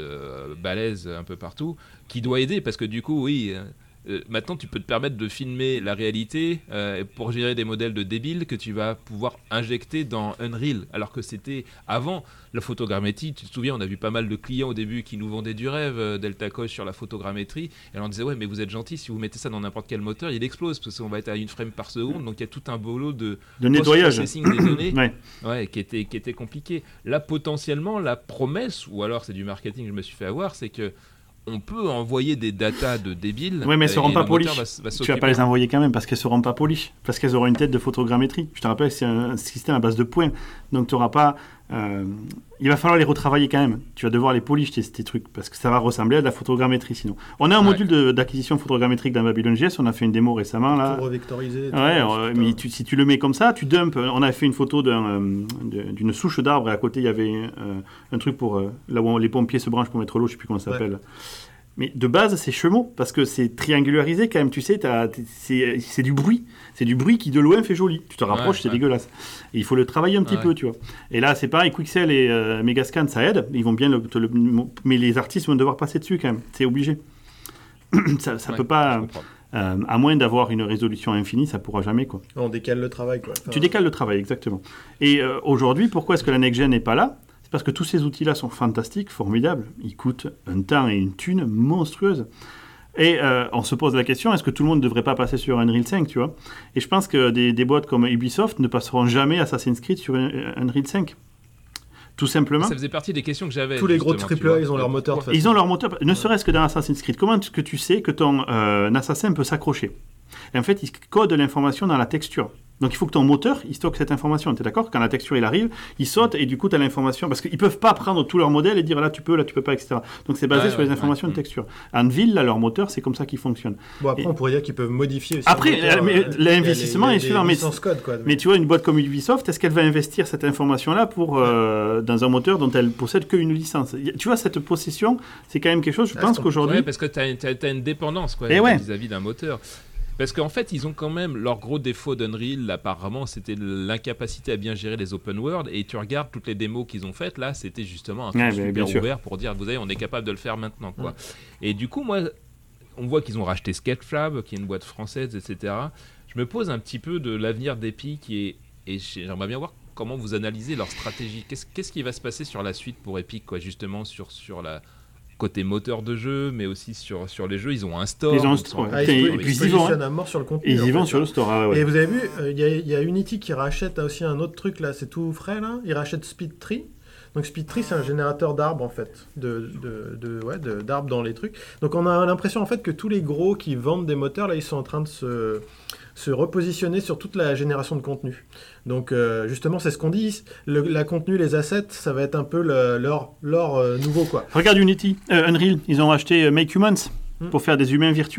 balèze un peu partout, qui doit aider, parce que du coup, maintenant, tu peux te permettre de filmer la réalité pour générer des modèles de débiles que tu vas pouvoir injecter dans Unreal. Alors que c'était avant la photogrammétrie. Tu te souviens, on a vu pas mal de clients au début qui nous vendaient du rêve, Delta Coche sur la photogrammétrie. Et on disait, ouais, mais vous êtes gentil, si vous mettez ça dans n'importe quel moteur, il explose, parce qu'on va être à 1 frame par seconde. Donc il y a tout un boulot de nettoyage des données qui était compliqué. Là, potentiellement, la promesse, ou alors c'est du marketing que je me suis fait avoir, c'est que on peut envoyer des datas de débiles. Oui, mais elles ne seront pas polies. Tu vas pas les envoyer quand même parce qu'elles ne seront pas polies. Parce qu'elles auront une tête de photogrammétrie. Je te rappelle que c'est un système à base de points. Donc tu n'auras pas. Il va falloir les retravailler quand même. Tu vas devoir les polish tes trucs parce que ça va ressembler à de la photogrammétrie sinon. On a un module d'acquisition photogrammétrique dans Babylon JS. On a fait une démo récemment là. Pour revectoriser. Mais si tu le mets comme ça, tu dumps. On a fait une photo d'une souche d'arbre et à côté il y avait un truc pour là où les pompiers se branchent pour mettre l'eau. Je ne sais plus comment ça s'appelle. Mais de base, c'est chemo, parce que c'est triangularisé quand même, tu sais, c'est du bruit. C'est du bruit qui de loin fait joli. Tu te rapproches, c'est dégueulasse. Et il faut le travailler un petit peu, tu vois. Et là, c'est pareil, Quixel et Megascan, ça aide. Ils vont bien mais les artistes vont devoir passer dessus quand même. C'est obligé. ça peut pas... à moins d'avoir une résolution infinie, ça pourra jamais, quoi. On décale le travail, quoi. Tu décales le travail, exactement. Et aujourd'hui, pourquoi est-ce que la next-gen n'est pas là ? Parce que tous ces outils-là sont fantastiques, formidables. Ils coûtent un temps et une thune monstrueuse. Et on se pose la question, est-ce que tout le monde ne devrait pas passer sur Unreal 5, tu vois ? Et je pense que des boîtes comme Ubisoft ne passeront jamais Assassin's Creed sur Unreal 5. Tout simplement. Ça faisait partie des questions que j'avais. Tous les gros AAA, ils ont leur moteur. Ils ont leur moteur, ne serait-ce que dans Assassin's Creed. Comment est-ce que tu sais que ton assassin peut s'accrocher ? Et en fait, il code l'information dans la texture. Donc il faut que ton moteur, il stocke cette information. Tu es d'accord ? Quand la texture il arrive, il saute et du coup tu as l'information. Parce qu'ils ne peuvent pas prendre tout leur modèle et dire là tu peux pas, etc. Donc c'est basé sur les informations de texture. Anvil, là, leur moteur, c'est comme ça qu'ils fonctionnent. Bon, après, on pourrait dire qu'ils peuvent modifier aussi. Après, l'investissement est suffisant. Mais tu vois, une boîte comme Ubisoft, est-ce qu'elle va investir cette information-là dans un moteur dont elle possède qu'une licence ? Tu vois, cette possession, c'est quand même quelque chose, je pense qu'aujourd'hui. Oui, parce que tu as une dépendance vis-à-vis d'un moteur. Parce qu'en fait, ils ont quand même leur gros défaut d'Unreal, apparemment, c'était l'incapacité à bien gérer les open world. Et tu regardes toutes les démos qu'ils ont faites, là, c'était justement un truc super ouvert pour dire, vous savez, on est capable de le faire maintenant, quoi. Et du coup, moi, on voit qu'ils ont racheté Sketchfab, qui est une boîte française, etc. Je me pose un petit peu de l'avenir d'Epic et j'aimerais bien voir comment vous analysez leur stratégie. Qu'est-ce qui va se passer sur la suite pour Epic, quoi, justement, sur la... côté moteur de jeu, mais aussi sur les jeux, ils ont un store. Ils ont un store. Ils positionnent à mort sur le contenu. Ils y vont sur le store. Et vous avez vu, il y a Unity qui rachète aussi un autre truc là, c'est tout frais là. Ils rachètent SpeedTree. Donc SpeedTree, c'est un générateur d'arbres en fait, d'arbres dans les trucs. Donc on a l'impression en fait que tous les gros qui vendent des moteurs là, ils sont en train de se repositionner sur toute la génération de contenu. Donc justement, c'est ce qu'on dit, la contenu, les assets, ça va être un peu leur nouveau quoi. Regarde Unity, Unreal, ils ont racheté Make Humans pour faire des humains virtuels.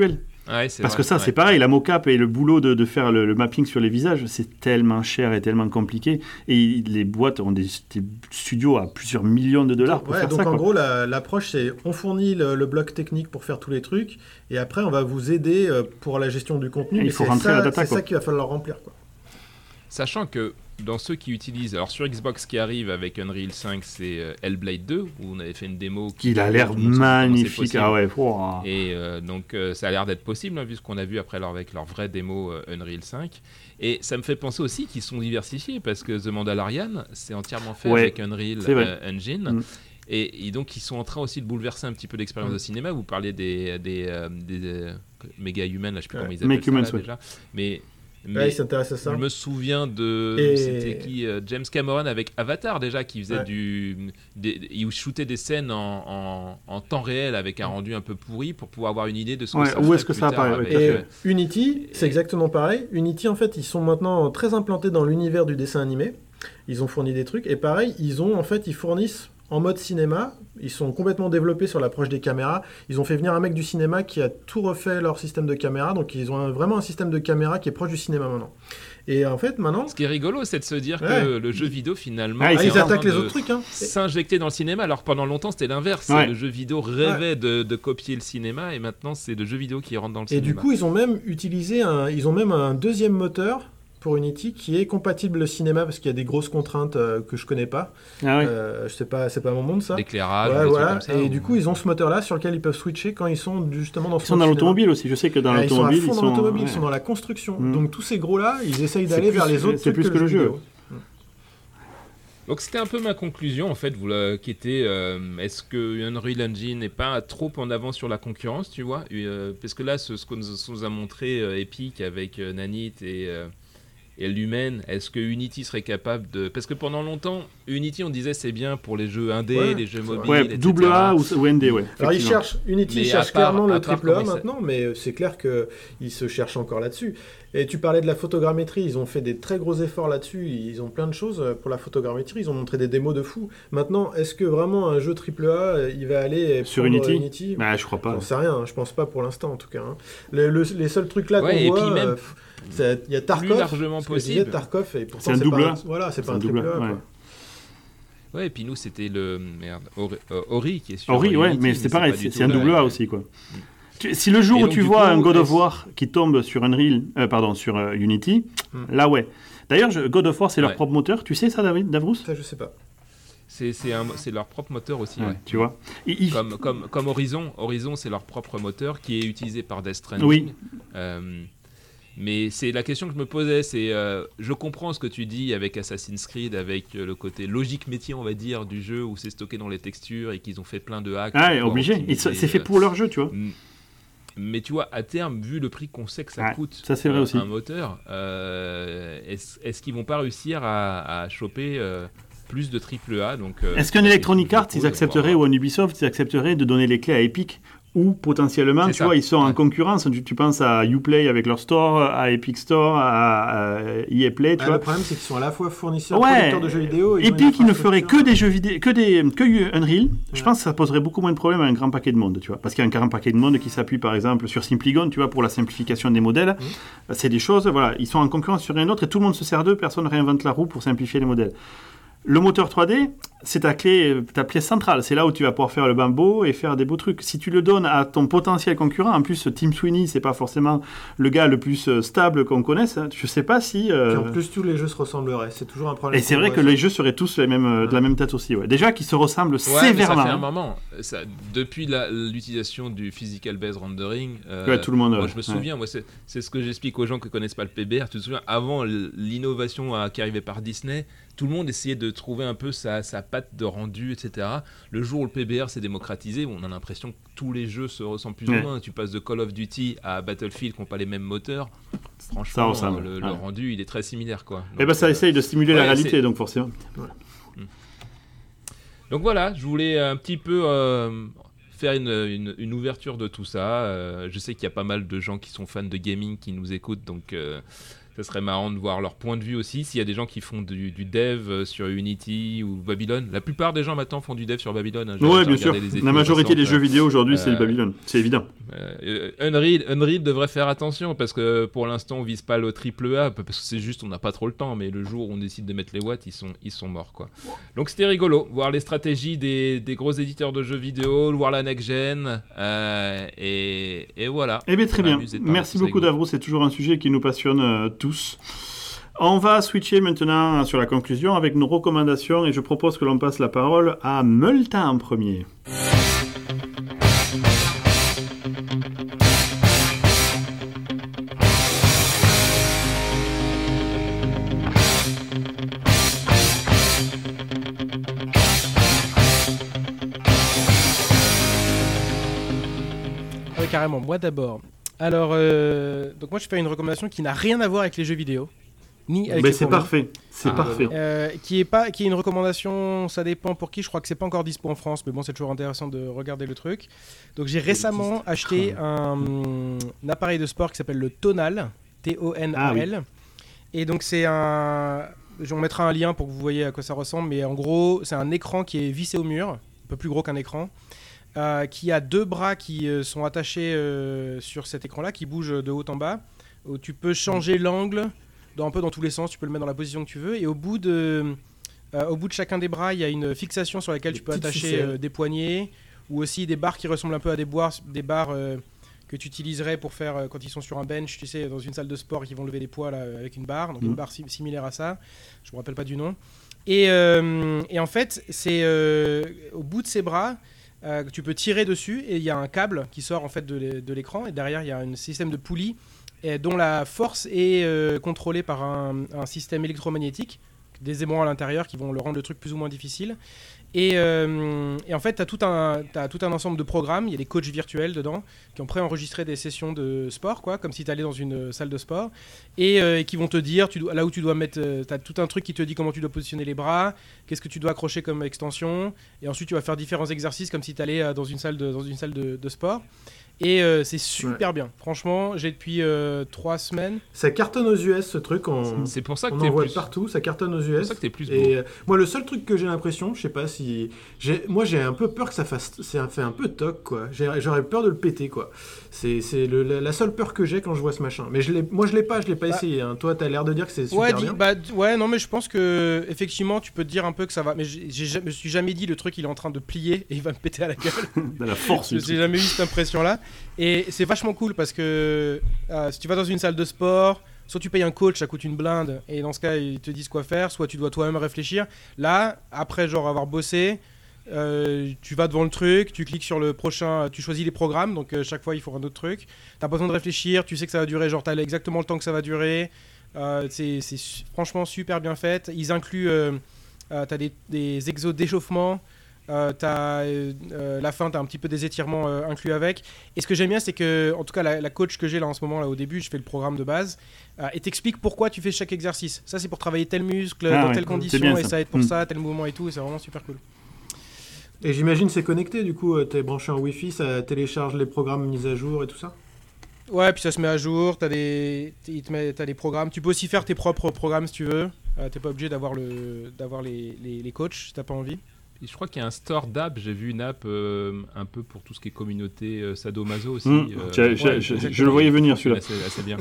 Ouais, parce que ça, c'est pareil, la mocap et le boulot de faire le mapping sur les visages, c'est tellement cher et tellement compliqué. Et les boîtes ont des studios à plusieurs millions de dollars pour faire donc ça. Donc en quoi. gros, l'approche, c'est on fournit le bloc technique pour faire tous les trucs, et après, on va vous aider pour la gestion du contenu. Il faut rentrer la data. C'est ça qu'il va falloir remplir, quoi. Sachant que dans ceux qui utilisent, alors sur Xbox qui arrive avec Unreal 5, c'est Hellblade 2, où on avait fait une démo qui a l'air magnifique. Ah ouais. Et donc ça a l'air d'être possible, hein, vu ce qu'on a vu après avec leur vraie démo Unreal 5. Et ça me fait penser aussi qu'ils sont diversifiés, parce que The Mandalorian, c'est entièrement fait avec Unreal Engine. Et donc ils sont en train aussi de bouleverser un petit peu l'expérience de cinéma. Vous parliez des méga humains, là, je sais plus comment ils appellent ça là, déjà. Mais il s'intéresse à ça. Je me souviens c'était qui James Cameron avec Avatar déjà, qui faisait il shootait des scènes en temps réel avec un rendu un peu pourri pour pouvoir avoir une idée de ce que ça où est-ce que ça apparaît. Et Unity, c'est exactement pareil. Unity, en fait, ils sont maintenant très implantés dans l'univers du dessin animé. Ils ont fourni des trucs et pareil, ils fournissent en mode cinéma, ils sont complètement développés sur l'approche des caméras. Ils ont fait venir un mec du cinéma qui a tout refait leur système de caméra, donc ils ont vraiment un système de caméra qui est proche du cinéma maintenant. Et en fait, maintenant... Ce qui est rigolo, c'est de se dire que le jeu vidéo, finalement... ils attaquent les autres trucs. S'injecter dans le cinéma, alors pendant longtemps, c'était l'inverse. Le jeu vidéo rêvait de copier le cinéma, et maintenant, c'est le jeu vidéo qui rentre dans le cinéma. Et du coup, ils ont même utilisé un deuxième moteur pour Unity qui est compatible le cinéma, parce qu'il y a des grosses contraintes que je connais pas. Je sais pas, c'est pas mon monde, ça. L'éclairage, comme ça. Et du coup, ils ont ce moteur-là sur lequel ils peuvent switcher quand ils sont justement dans ce Ils sont dans l'automobile aussi. Je sais que dans l'automobile, ils sont dans l'automobile, ils sont dans la construction. Donc tous ces gros-là, ils essayent d'aller vers les autres. C'est plus que le jeu. Donc c'était un peu ma conclusion en fait, qui était est-ce que Unreal Engine n'est pas trop en avant sur la concurrence, tu vois, parce que là, ce que nous a montré Epic avec Nanite et Lumen, est-ce que Unity serait capable de... Parce que pendant longtemps, Unity, on disait c'est bien pour les jeux indés, les jeux mobiles, etc. Double A ou ND, Alors Unity cherche clairement le triple A maintenant, mais c'est clair qu'ils se cherchent encore là-dessus. Et tu parlais de la photogrammétrie, ils ont fait des très gros efforts là-dessus, ils ont plein de choses pour la photogrammétrie, ils ont montré des démos de fou. Maintenant, est-ce que vraiment un jeu triple A, il va aller sur Unity Je crois pas. J'en sais rien, je pense pas pour l'instant en tout cas. Les seuls trucs là qu'on voit... Il y a Tarkov, plus largement possible. Tarkov, et pourtant c'est un double A. Voilà, c'est pas un triple A. Ouais, et puis nous, c'était Ori qui est sur Ori, Unity, mais c'est pareil, c'est un double A aussi, quoi. Si le jour où tu vois un God of War qui tombe sur sur Unity, là, D'ailleurs, God of War, c'est leur propre moteur. Tu sais ça, Davrous ? Ça, je sais pas. C'est leur propre moteur aussi. Tu vois. Comme Horizon. Horizon, c'est leur propre moteur qui est utilisé par Death Stranding. Oui. Mais c'est la question que je me posais, je comprends ce que tu dis avec Assassin's Creed, avec le côté logique métier, on va dire, du jeu où c'est stocké dans les textures et qu'ils ont fait plein de hacks. Obligé. C'est fait pour leur jeu, tu vois. Mais tu vois, à terme, vu le prix qu'on sait que ça coûte, ça c'est vrai aussi. Un moteur, est-ce qu'ils vont pas réussir à choper plus de AAA est-ce qu'un Electronic Arts, ils accepteraient, ou un Ubisoft, ils accepteraient de donner les clés à Epic ? Ou potentiellement, tu vois, ils sont en concurrence. Tu penses à Uplay avec leur store, à Epic Store, à EA Play, tu vois. Le problème, c'est qu'ils sont à la fois fournisseurs, producteurs de jeux vidéo. Epic, ils ne feraient que des jeux vidéo, que Unreal. Je pense que ça poserait beaucoup moins de problèmes à un grand paquet de monde, tu vois. Parce qu'il y a un grand paquet de monde qui s'appuie, par exemple, sur Simplygon, tu vois, pour la simplification des modèles. C'est des choses, voilà, ils sont en concurrence sur un autre et tout le monde se sert d'eux. Personne ne réinvente la roue pour simplifier les modèles. Le moteur 3D, c'est ta pièce centrale. C'est là où tu vas pouvoir faire le bambo et faire des beaux trucs. Si tu le donnes à ton potentiel concurrent, en plus, Tim Sweeney, c'est pas forcément le gars le plus stable qu'on connaisse. Je sais pas si... Puis en plus, tous les jeux se ressembleraient. C'est toujours un problème. Et c'est vrai que les jeux seraient tous de la même tête aussi. Ouais. Déjà qu'ils se ressemblent sévèrement. Mais ça fait un moment. Depuis l'utilisation du Physical Based Rendering, tout le monde... Moi, je me souviens, c'est ce que j'explique aux gens qui connaissent pas le PBR. Tu te souviens, avant l'innovation qui arrivait par Disney, tout le monde essayait de trouver un peu sa patte de rendu, etc. Le jour où le PBR s'est démocratisé, on a l'impression que tous les jeux se ressemblent plus ou moins. Tu passes de Call of Duty à Battlefield qui n'ont pas les mêmes moteurs. Franchement, le rendu, il est très similaire, quoi. Donc, ça essaye de stimuler la réalité, donc forcément. Donc voilà, je voulais un petit peu faire une ouverture de tout ça. Je sais qu'il y a pas mal de gens qui sont fans de gaming qui nous écoutent, donc... Ça serait marrant de voir leur point de vue aussi. S'il y a des gens qui font du dev sur Unity ou Babylon, la plupart des gens maintenant font du dev sur Babylon. Hein. Oui, bien sûr. La majorité des jeux vidéo aujourd'hui, c'est le Babylon. C'est évident. Unreal devrait faire attention parce que pour l'instant, on vise pas le AAA parce que c'est juste, on n'a pas trop le temps. Mais le jour où on décide de mettre les watts, ils sont morts, quoi. Donc c'était rigolo, voir les stratégies des gros éditeurs de jeux vidéo, voir la next-gen. Et voilà. Eh bien, très bien. Merci beaucoup, Davros. C'est toujours un sujet qui nous passionne tous. On va switcher maintenant sur la conclusion avec nos recommandations et je propose que l'on passe la parole à Multa en premier. Oui, carrément, moi d'abord. Alors, donc moi je fais une recommandation qui n'a rien à voir avec les jeux vidéo, ni avec les c'est parfait, parfait. Qui est une recommandation, ça dépend pour qui. Je crois que c'est pas encore dispo en France, mais bon, c'est toujours intéressant de regarder le truc. Donc j'ai récemment acheté un appareil de sport qui s'appelle le Tonal, Tonal. Ah, oui. Et donc c'est un, on mettra un lien pour que vous voyez à quoi ça ressemble, mais en gros c'est un écran qui est vissé au mur, un peu plus gros qu'un écran. Qui a 2 bras qui sont attachés sur cet écran-là, qui bougent de haut en bas, où tu peux changer l'angle un peu dans tous les sens, tu peux le mettre dans la position que tu veux, et au bout de chacun des bras, il y a une fixation sur laquelle tu peux attacher des poignées, ou aussi des barres qui ressemblent un peu à des barres que tu utiliserais pour faire quand ils sont sur un bench, tu sais, dans une salle de sport, qui vont lever des poids là, avec une barre, donc une barre similaire à ça, je me rappelle pas du nom. Et en fait, c'est au bout de ces bras, que tu peux tirer dessus et il y a un câble qui sort en fait de l'écran et derrière il y a un système de poulies dont la force est contrôlée par un système électromagnétique, des aimants à l'intérieur qui vont le rendre le truc plus ou moins difficile. Et en fait, tu as tout un ensemble de programmes, il y a des coachs virtuels dedans qui ont préenregistré des sessions de sport, quoi, comme si tu allais dans une salle de sport, et qui vont te dire là où tu dois mettre, tu as tout un truc qui te dit comment tu dois positionner les bras, qu'est-ce que tu dois accrocher comme extension, et ensuite tu vas faire différents exercices comme si tu allais dans une salle de sport. Et c'est super bien. Franchement, j'ai depuis 3 semaines. Ça cartonne aux US ce truc. C'est pour ça que on t'es en voit plus... partout. Ça cartonne aux US. C'est pour ça que t'es plus beau. Et moi, le seul truc que j'ai l'impression, je sais pas si, j'ai un peu peur que ça fait un peu toc, quoi. J'aurais peur de le péter, quoi. C'est la seule peur que j'ai quand je vois ce machin. Mais je l'ai pas essayé. Hein. Toi, t'as l'air de dire que c'est super bien. Non, mais je pense que effectivement, tu peux te dire un peu que ça va. Mais je me suis jamais dit le truc, il est en train de plier et il va me péter à la gueule. De la force. J'ai jamais eu cette impression-là. Et c'est vachement cool parce que si tu vas dans une salle de sport, soit tu payes un coach, ça coûte une blinde, et dans ce cas ils te disent quoi faire, soit tu dois toi-même réfléchir. Là, après genre avoir bossé, tu vas devant le truc, tu cliques sur le prochain, tu choisis les programmes, donc chaque fois il faut un autre truc. T'as pas besoin de réfléchir, tu sais que ça va durer, genre t'as exactement le temps que ça va durer. C'est franchement super bien fait. Ils incluent, t'as des exos d'échauffement. La fin, t'as un petit peu des étirements inclus avec. Et ce que j'aime bien, c'est que, en tout cas, la coach que j'ai là en ce moment, là au début, je fais le programme de base, et t'explique pourquoi tu fais chaque exercice. Ça, c'est pour travailler tel muscle, dans telle condition, bien, et ça aide pour ça, tel mouvement et tout, et c'est vraiment super cool. Et j'imagine c'est connecté, du coup, t'es branché en Wi-Fi, ça télécharge les programmes mis à jour et tout ça. Ouais, puis ça se met à jour, t'as des programmes. Tu peux aussi faire tes propres programmes si tu veux. T'es pas obligé d'avoir les coachs si t'as pas envie. Et je crois qu'il y a un store d'app, j'ai vu une app un peu pour tout ce qui est communauté sadomaso aussi. Je le voyais venir celui-là. Assez bien.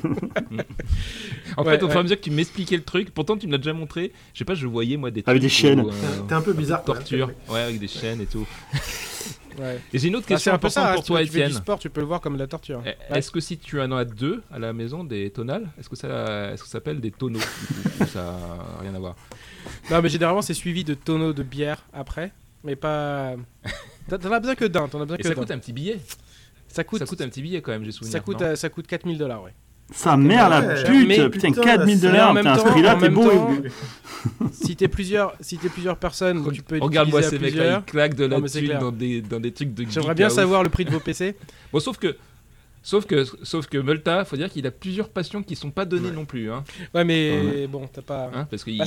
En fait, au fur et à mesure que tu m'expliquais le truc, pourtant tu me l'as déjà montré, je sais pas, je voyais moi des trucs. Avec des chaînes. T'es un peu bizarre. Torture, avec des chaînes et tout. Ouais. Et j'ai une autre question importante pour toi, Étienne. Si tu fais du Étienne. sport, tu peux le voir comme de la torture. Est-ce que si tu en as 2 à la maison, des tonales, est-ce que ça s'appelle des tonneaux ou ça n'a rien à voir? Non, mais généralement c'est suivi de tonneaux de bière après, mais pas. T'en as besoin que d'un. Et ça coûte un petit billet. Ça coûte un petit billet quand même, j'ai souvenir. Ça coûte $4 000, ouais. Ça merde la pute, putain, $4 000, putain, ce prix-là, t'es beau. Si t'es plusieurs personnes, tu peux. Regarde-moi ces mecs-là, ils claquent de la thune dans des trucs de. J'aimerais bien savoir le prix de vos PC. Bon, sauf que Multa, faut dire qu'il a plusieurs passions qui sont pas données non plus. Hein. Ouais, mais bon, t'as pas. Hein, parce que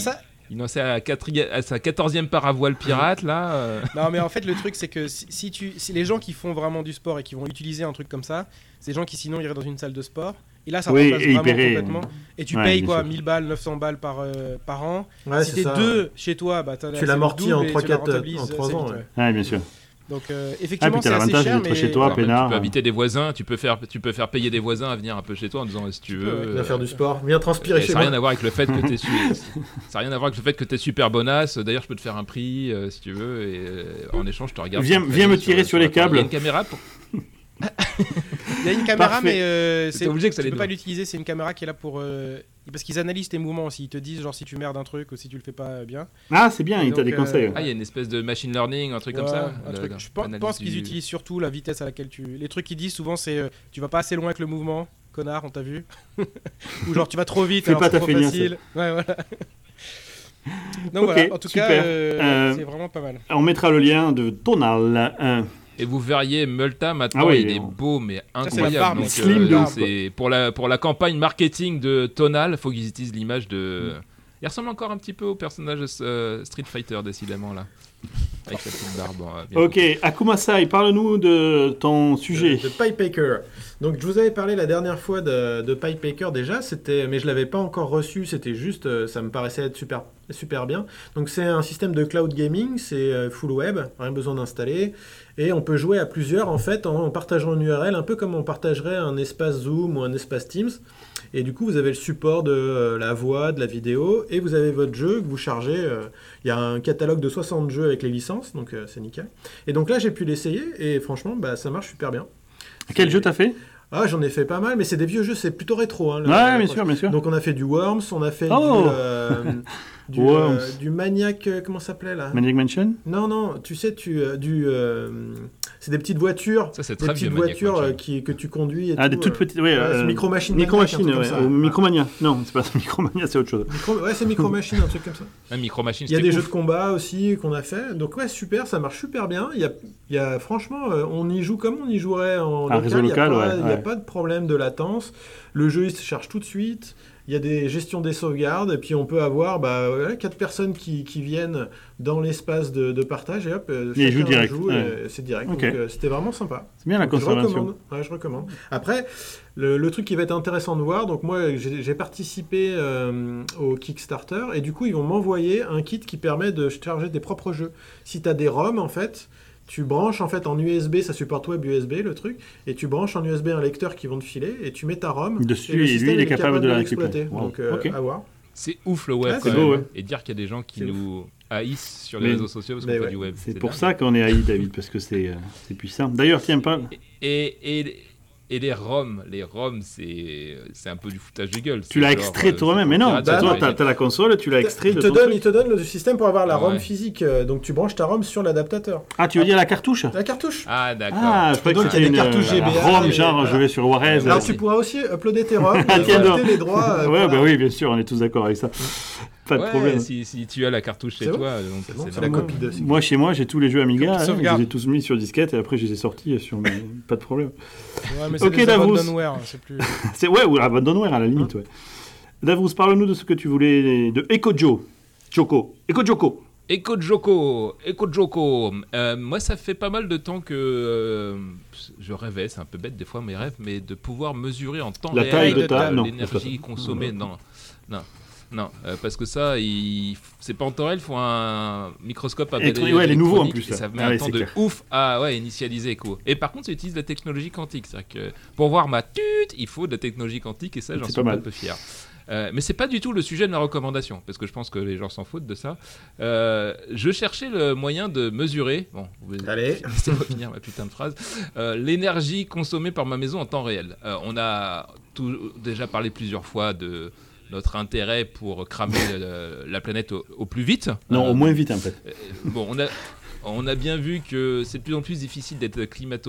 Il en sait à sa 14e paravoile pirate, là. Non, mais en fait, le truc, c'est que si les gens qui font vraiment du sport et qui vont utiliser un truc comme ça, c'est des gens qui sinon iraient dans une salle de sport. Et là, ça remplace vraiment complètement. Et tu payes quoi, 1000 balles, 900 balles par an. Ouais, si t'es deux chez toi, bah, tu l'amortis en 3 ans. Ouais, bien sûr. Donc effectivement, c'est assez cher, mais chez toi, peinard. Tu peux inviter des voisins, tu peux faire payer des voisins à venir un peu chez toi en disant si tu veux. Viens faire du sport, viens transpirer chez moi. Ça n'a rien à voir avec le fait que t'es super bonasse. D'ailleurs, je peux te faire un prix si tu veux et en échange, je te regarde. Viens me tirer sur les câbles. Il y a une caméra pour. Il y a une caméra, mais c'est obligé que ça tu peux pas l'utiliser. C'est une caméra qui est là pour parce qu'ils analysent tes mouvements aussi. Ils te disent genre si tu merdes un truc ou si tu le fais pas bien. Ah, c'est bien. Il t'a des conseils. Ah, il y a une espèce de machine learning, un truc comme ça. Je pense qu'ils utilisent surtout la vitesse à laquelle les trucs qu'ils disent souvent c'est tu vas pas assez loin avec le mouvement, connard, on t'a vu. Ou genre tu vas trop vite. Fais pas ta trop facile. Ouais, voilà. Donc voilà. En tout cas, c'est vraiment pas mal. On mettra le lien de Tonal. Et vous verriez Multa maintenant, il est beau mais incroyable. Ça, c'est pour la campagne marketing de Tonal, il faut qu'ils utilisent l'image de. Il ressemble encore un petit peu au personnage de Street Fighter décidément là, avec sa petite barbe. Ok, Akumasai, parle-nous de ton sujet. De Pipehacker. Donc je vous avais parlé la dernière fois de Pipehacker déjà, mais je l'avais pas encore reçu, c'était juste, ça me paraissait être super bien. Donc c'est un système de cloud gaming, c'est full web, rien besoin d'installer, et on peut jouer à plusieurs en fait en partageant une URL, un peu comme on partagerait un espace Zoom ou un espace Teams. Et du coup, vous avez le support de la voix, de la vidéo, et vous avez votre jeu que vous chargez. Il y a un catalogue de 60 jeux avec les licences, donc c'est nickel. Et donc là, j'ai pu l'essayer, et franchement, ça marche super bien. Quel jeu t'as fait ? Ah, j'en ai fait pas mal, mais c'est des vieux jeux, c'est plutôt rétro. Hein, ouais, bien sûr. Donc on a fait du Worms, on a fait du Maniac, comment ça s'appelait là ? Maniac Mansion ? Non, tu sais, c'est des petites voitures, ça, c'est des petites voitures que tu conduis. Et des toutes petites, Micro Machine, ou Micromania. Non, c'est pas ça, Micromania, c'est autre chose. C'est Micro Machine, un truc comme ça. Micro Machine. Il y a des jeux de combat aussi qu'on a fait, donc super, ça marche super bien. Il y a franchement, on y joue comme on y jouerait en local. Il n'y a pas de problème de latence. Le jeu il se charge tout de suite. Il y a des gestions des sauvegardes, et puis on peut avoir 4 personnes qui viennent dans l'espace de partage, et hop, ils jouent direct. C'est direct. Okay. Donc c'était vraiment sympa. C'est bien la conservation. Je recommande. Après, le truc qui va être intéressant de voir, donc moi j'ai participé au Kickstarter, et du coup ils vont m'envoyer un kit qui permet de charger tes propres jeux. Si tu as des ROM en fait, tu branches en fait en USB, ça supporte web USB le truc, et tu branches en USB un lecteur qui vont te filer, et tu mets ta ROM dessus, et lui il est capable de l'exploiter. Donc à voir. C'est ouf le web, c'est beau, et dire qu'il y a des gens qui nous haïssent sur les réseaux sociaux parce qu'on fait du web. C'est pour ça qu'on est haï, David, parce que c'est puissant. D'ailleurs, tiens pas. Et les ROM, c'est un peu du foutage de gueule. Tu l'as extrait toi-même, mais non. Toi, t'as la console, tu l'as extrait de ton truc. Il te donne le système pour avoir la ROM physique. Donc tu branches ta ROM sur l'adaptateur. Ah, tu veux dire la cartouche ? La cartouche. Ah, d'accord. Ah, je croyais que c'était une cartouche GBA. ROM, genre, je vais sur Warez. Alors tu pourras aussi uploader tes ROM et ajouter les droits. Oui, bien sûr, on est tous d'accord avec ça. Pas de problème. Si tu as la cartouche chez toi, c'est la copie de. Moi, chez moi, j'ai tous les jeux Amiga. Je les ai tous mis sur disquette et après, je les ai sortis sur. Pas de problème. Ouais, mais c'est les abandonware, c'est plus. Ou abandonware à la limite, ouais. Davros, parle-nous de ce que tu voulais de Eco Joko. Moi, ça fait pas mal de temps que je rêvais, c'est un peu bête des fois mes rêves, mais de pouvoir mesurer en temps réel l'énergie consommée. Non, parce que ça, c'est pas en temps réel, il faut un microscope à les nouveaux en plus. Et ça met un temps de ouf à initialiser. Et par contre, ça utilise la technologie quantique. C'est-à-dire que pour voir ma tute, il faut de la technologie quantique, et ça, j'en suis un peu fier. Mais c'est pas du tout le sujet de ma recommandation, parce que je pense que les gens s'en foutent de ça. Je cherchais le moyen de mesurer, laissez-moi finir ma putain de phrase, l'énergie consommée par ma maison en temps réel. On a déjà parlé plusieurs fois de notre intérêt pour cramer la planète au plus vite. Non, au moins vite en fait. On a bien vu que c'est de plus en plus difficile d'être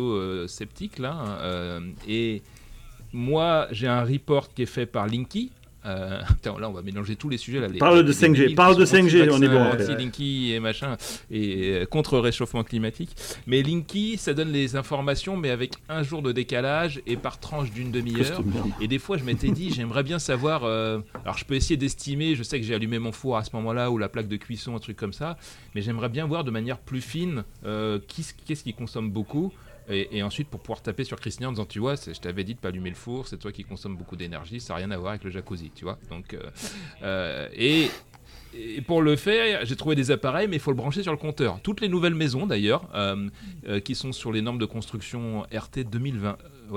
climato-sceptique là. Et moi, j'ai un report qui est fait par Linky, Putain, là on va mélanger tous les sujets là. Parle de 5G, on est bon. Anti-Linky et machin, et contre réchauffement climatique. Mais Linky, ça donne les informations, mais avec un jour de décalage et par tranche d'une demi-heure. Et des fois, je m'étais dit, j'aimerais bien savoir. Alors, je peux essayer d'estimer. Je sais que j'ai allumé mon four à ce moment-là, ou la plaque de cuisson, un truc comme ça. Mais j'aimerais bien voir de manière plus fine qu'est-ce qui consomme beaucoup. Et ensuite, pour pouvoir taper sur Christian en disant, tu vois, je t'avais dit de pas allumer le four, c'est toi qui consomme beaucoup d'énergie, ça n'a rien à voir avec le jacuzzi, tu vois. Donc, et pour le faire, j'ai trouvé des appareils, mais il faut le brancher sur le compteur. Toutes les nouvelles maisons, d'ailleurs, qui sont sur les normes de construction RT 2020,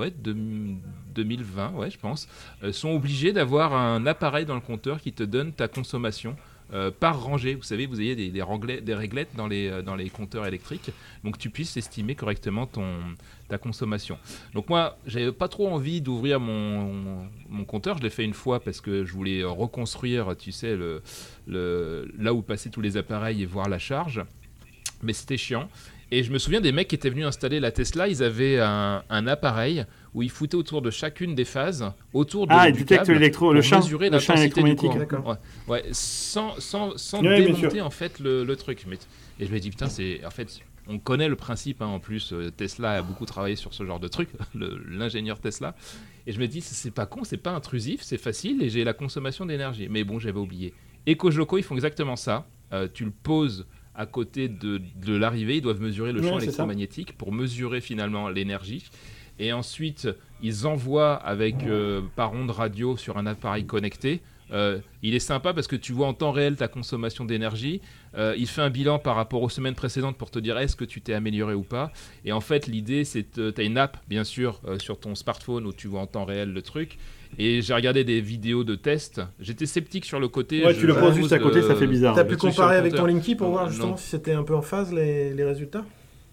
2020, je pense, sont obligées d'avoir un appareil dans le compteur qui te donne ta consommation. Par rangée, vous savez, vous avez des réglettes dans les compteurs électriques, donc tu puisses estimer correctement ta consommation. Donc moi, j'avais pas trop envie d'ouvrir mon compteur, je l'ai fait une fois parce que je voulais reconstruire, tu sais, là où passaient tous les appareils et voir la charge, mais c'était chiant. Et je me souviens des mecs qui étaient venus installer la Tesla, ils avaient un appareil où ils foutaient autour de chacune des phases, autour de ils détectent le champ électromagnétique. Ouais, sans démonter en fait le truc. Et je me dis putain, en fait, on connaît le principe, en plus Tesla a beaucoup travaillé sur ce genre de truc, l'ingénieur Tesla. Et je me dis c'est pas con, c'est pas intrusif, c'est facile et j'ai la consommation d'énergie. Mais bon, j'avais oublié. EcoJoco, ils font exactement ça. Tu le poses à côté de l'arrivée, ils doivent mesurer le champ électromagnétique pour mesurer finalement l'énergie. Et ensuite, ils envoient par onde radio sur un appareil connecté. Il est sympa parce que tu vois en temps réel ta consommation d'énergie. Il fait un bilan par rapport aux semaines précédentes pour te dire est-ce que tu t'es amélioré ou pas. Et en fait, l'idée, c'est que tu as une app, bien sûr, sur ton smartphone où tu vois en temps réel le truc. Et j'ai regardé des vidéos de tests. J'étais sceptique sur le côté. Ouais, tu le poses juste à côté, ça fait bizarre. T'as pu comparer avec ton Linky pour voir justement si c'était un peu en phase les résultats ?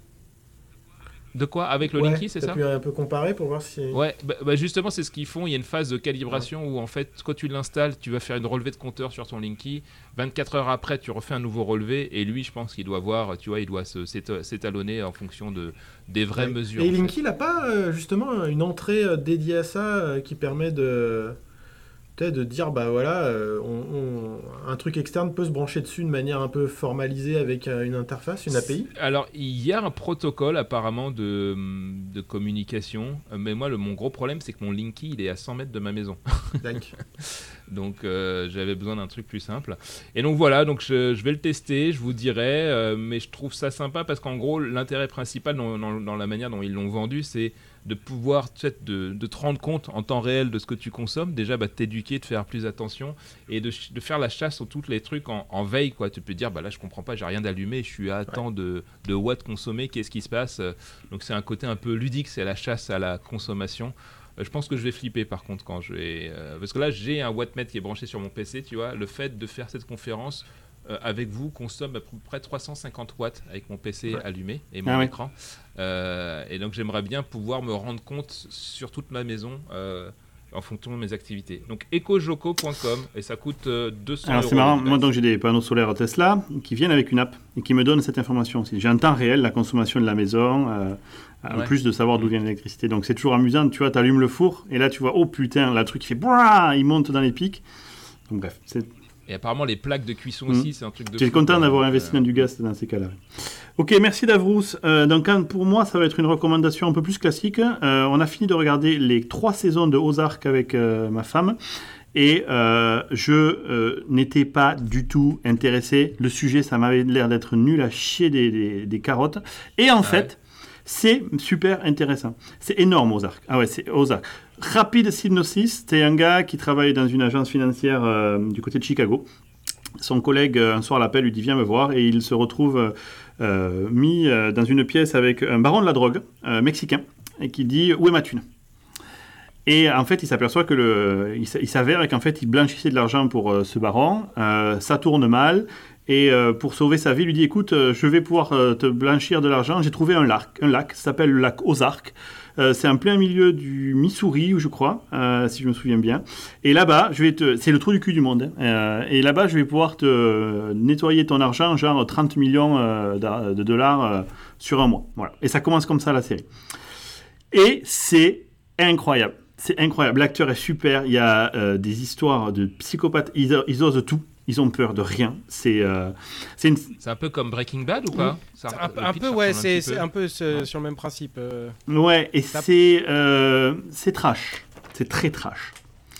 De quoi ? Avec le Linky, c'est ça ? Tu as pu un peu comparer pour voir si... Ouais, bah justement, c'est ce qu'ils font. Il y a une phase de calibration où, en fait, quand tu l'installes, tu vas faire une relevée de compteur sur ton Linky. 24 heures après, tu refais un nouveau relevé. Et lui, je pense qu'il doit voir, tu vois, il doit s'étalonner en fonction des vraies mesures. Et Linky, il n'a pas, justement, une entrée dédiée à ça qui permet de dire, bah voilà, un truc externe peut se brancher dessus de manière un peu formalisée avec une interface, une API. Alors, il y a un protocole apparemment de communication, mais moi, mon gros problème, c'est que mon Linky, il est à 100 mètres de ma maison. Donc, j'avais besoin d'un truc plus simple. Et donc, voilà, donc je vais le tester, je vous dirai, mais je trouve ça sympa parce qu'en gros, l'intérêt principal dans la manière dont ils l'ont vendu, c'est de pouvoir de te rendre compte en temps réel de ce que tu consommes, déjà t'éduquer, de faire plus attention et de faire la chasse sur tous les trucs en veille, quoi. Tu peux te dire, là je comprends pas, j'ai rien d'allumé, je suis à tant de watts consommés, qu'est-ce qui se passe ? Donc c'est un côté un peu ludique, c'est la chasse à la consommation. Je pense que je vais flipper par contre quand je vais... parce que là j'ai un wattmètre qui est branché sur mon PC, tu vois, le fait de faire cette conférence avec vous consomme à peu près 350 watts avec mon PC allumé et mon écran. Et donc j'aimerais bien pouvoir me rendre compte sur toute ma maison en fonction de mes activités. Donc ecojoco.com et ça coûte 200 Alors, €. C'est marrant, moi donc j'ai des panneaux solaires Tesla qui viennent avec une app et qui me donnent cette information aussi. J'ai en temps réel la consommation de la maison, en plus de savoir d'où vient l'électricité. Donc c'est toujours amusant, tu vois, tu allumes le four et là tu vois, oh putain, là, le truc il fait brrr, il monte dans les pics. Donc bref, Et apparemment, les plaques de cuisson aussi, c'est un truc de... Tu es content d'avoir investi dans du gaz dans ces cas-là. Ok, merci Davrous. Donc pour moi, ça va être une recommandation un peu plus classique. On a fini de regarder les 3 saisons de Ozark avec ma femme. Et je n'étais pas du tout intéressé. Le sujet, ça m'avait l'air d'être nul à chier des carottes. Et en fait, c'est super intéressant. C'est énorme, Ozark. Ah ouais, c'est Ozark. Rapide synopsis, c'est un gars qui travaille dans une agence financière du côté de Chicago. Son collègue, un soir, l'appelle, lui dit « Viens me voir ». Et il se retrouve mis dans une pièce avec un baron de la drogue mexicain et qui dit « Où est ma thune ?» Et en fait, il s'aperçoit il s'avère qu'en fait, il blanchissait de l'argent pour ce baron. Ça tourne mal. Et pour sauver sa vie, il lui dit « Écoute, je vais pouvoir te blanchir de l'argent. J'ai trouvé un lac, ça s'appelle le lac Ozark. C'est en plein milieu du Missouri, je crois, si je me souviens bien. Et là-bas, c'est le trou du cul du monde. Et là-bas, je vais pouvoir te nettoyer ton argent, genre 30 millions de dollars sur un mois. Voilà. Et ça commence comme ça, la série. Et c'est incroyable. C'est incroyable. L'acteur est super. Il y a des histoires de psychopathes. Ils osent tout. Ils ont peur de rien. C'est un peu comme Breaking Bad ou pas? Un peu, ouais. C'est un peu sur le même principe. Ouais, et c'est trash. C'est très trash.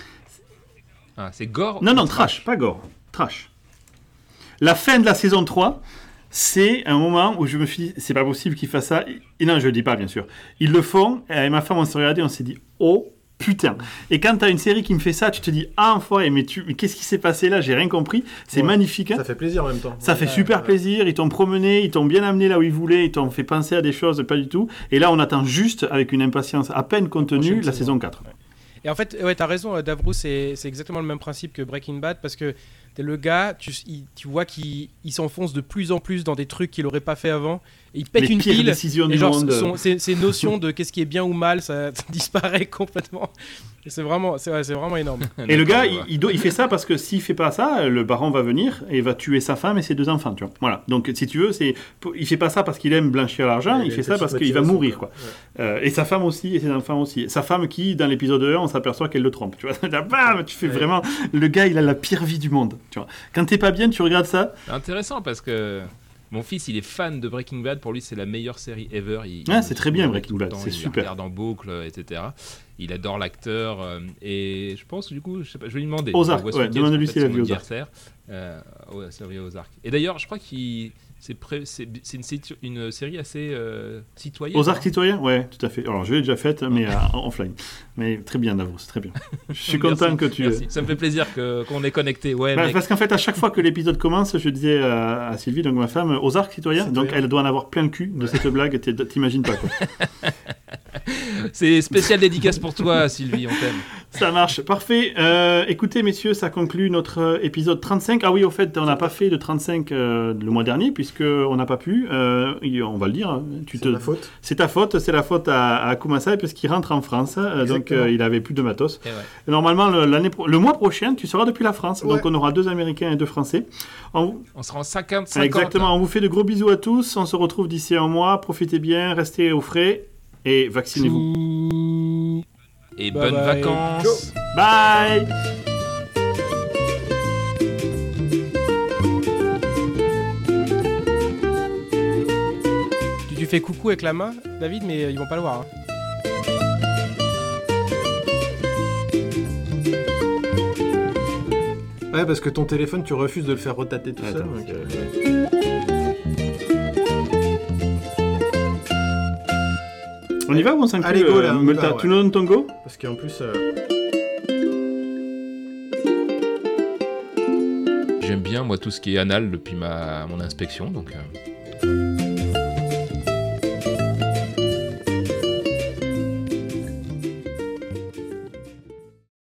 Ah, c'est gore? Non, trash, pas gore. Trash. La fin de la saison 3, c'est un moment où je me suis dit, c'est pas possible qu'ils fassent ça. Et non, je le dis pas, bien sûr. Ils le font, et avec ma femme, on s'est regardé, on s'est dit, oh putain. Et quand t'as une série qui me fait ça, tu te dis, enfoiré, mais qu'est-ce qui s'est passé là? J'ai rien compris. C'est magnifique. Hein. Ça fait plaisir en même temps. Ça fait super plaisir. Ils t'ont promené, ils t'ont bien amené là où ils voulaient, ils t'ont fait penser à des choses, pas du tout. Et là, on attend juste, avec une impatience à peine contenue, la saison 4. Ouais. Et en fait, ouais, t'as raison, Davros, c'est exactement le même principe que Breaking Bad, parce que t'es le gars, tu vois qu'il s'enfonce de plus en plus dans des trucs qu'il aurait pas fait avant, et il pète une pile, et genre ces notions de qu'est-ce qui est bien ou mal, ça disparaît complètement. Et c'est vraiment énorme. Et le gars, il fait ça parce que s'il fait pas ça, le baron va venir et va tuer sa femme et ses 2 enfants, tu vois. Voilà. Donc si tu veux, il fait pas ça parce qu'il aime blanchir l'argent, il fait ça parce qu'il va mourir, quoi. Ouais. Et sa femme aussi et ses enfants aussi. Sa femme qui, dans l'épisode 1, on s'aperçoit qu'elle le trompe, tu vois. Bam, tu fais vraiment. Le gars, il a la pire vie du monde, tu vois. Quand t'es pas bien, tu regardes ça. C'est intéressant parce que mon fils, il est fan de Breaking Bad. Pour lui, c'est la meilleure série ever. C'est très bien Breaking Bad, c'est super. Il regarde en boucle, etc. Il adore l'acteur et je pense du coup, je sais pas, je vais lui demander. Ozark, demande-lui s'il a vu Ozark. Ozark. Et d'ailleurs, je crois qu'il c'est une série assez citoyenne. Ozark citoyen, ouais, tout à fait. Alors je l'ai déjà faite, mais offline. Mais très bien, Davros, très bien. Je suis content que tu. Merci. Ça me fait plaisir qu'on est connecté. Ouais. Parce qu'en fait, à chaque fois que l'épisode commence, je disais à Sylvie, donc ma femme, Ozark citoyen. Donc elle doit en avoir plein le cul de cette blague. T'imagines pas quoi. C'est spécial dédicace pour toi, Sylvie, on t'aime. Ça marche, parfait. Écoutez, messieurs, ça conclut notre épisode 35. Ah oui, au fait, on n'a pas fait de 35 le mois dernier, puisqu'on n'a pas pu. On va le dire. Hein. C'est ta faute. C'est ta faute, c'est la faute à Kumasai, parce qu'il rentre en France. Donc, il avait plus de matos. Ouais. Normalement, le mois prochain, tu seras depuis la France. Ouais. Donc, on aura 2 Américains et 2 Français. On sera en 50-50. Exactement. On vous fait de gros bisous à tous. On se retrouve d'ici un mois. Profitez bien, restez au frais et vaccinez-vous. Et bonnes vacances. Bye. Tu fais coucou avec la main, David, mais ils vont pas le voir. Hein. Ouais, parce que ton téléphone, tu refuses de le faire rotater tout seul. Donc, On y va ou on s'inclut? Allez, go là. Tu nous donnes ton go? Parce qu'en plus. J'aime bien, moi, tout ce qui est anal depuis mon inspection, donc.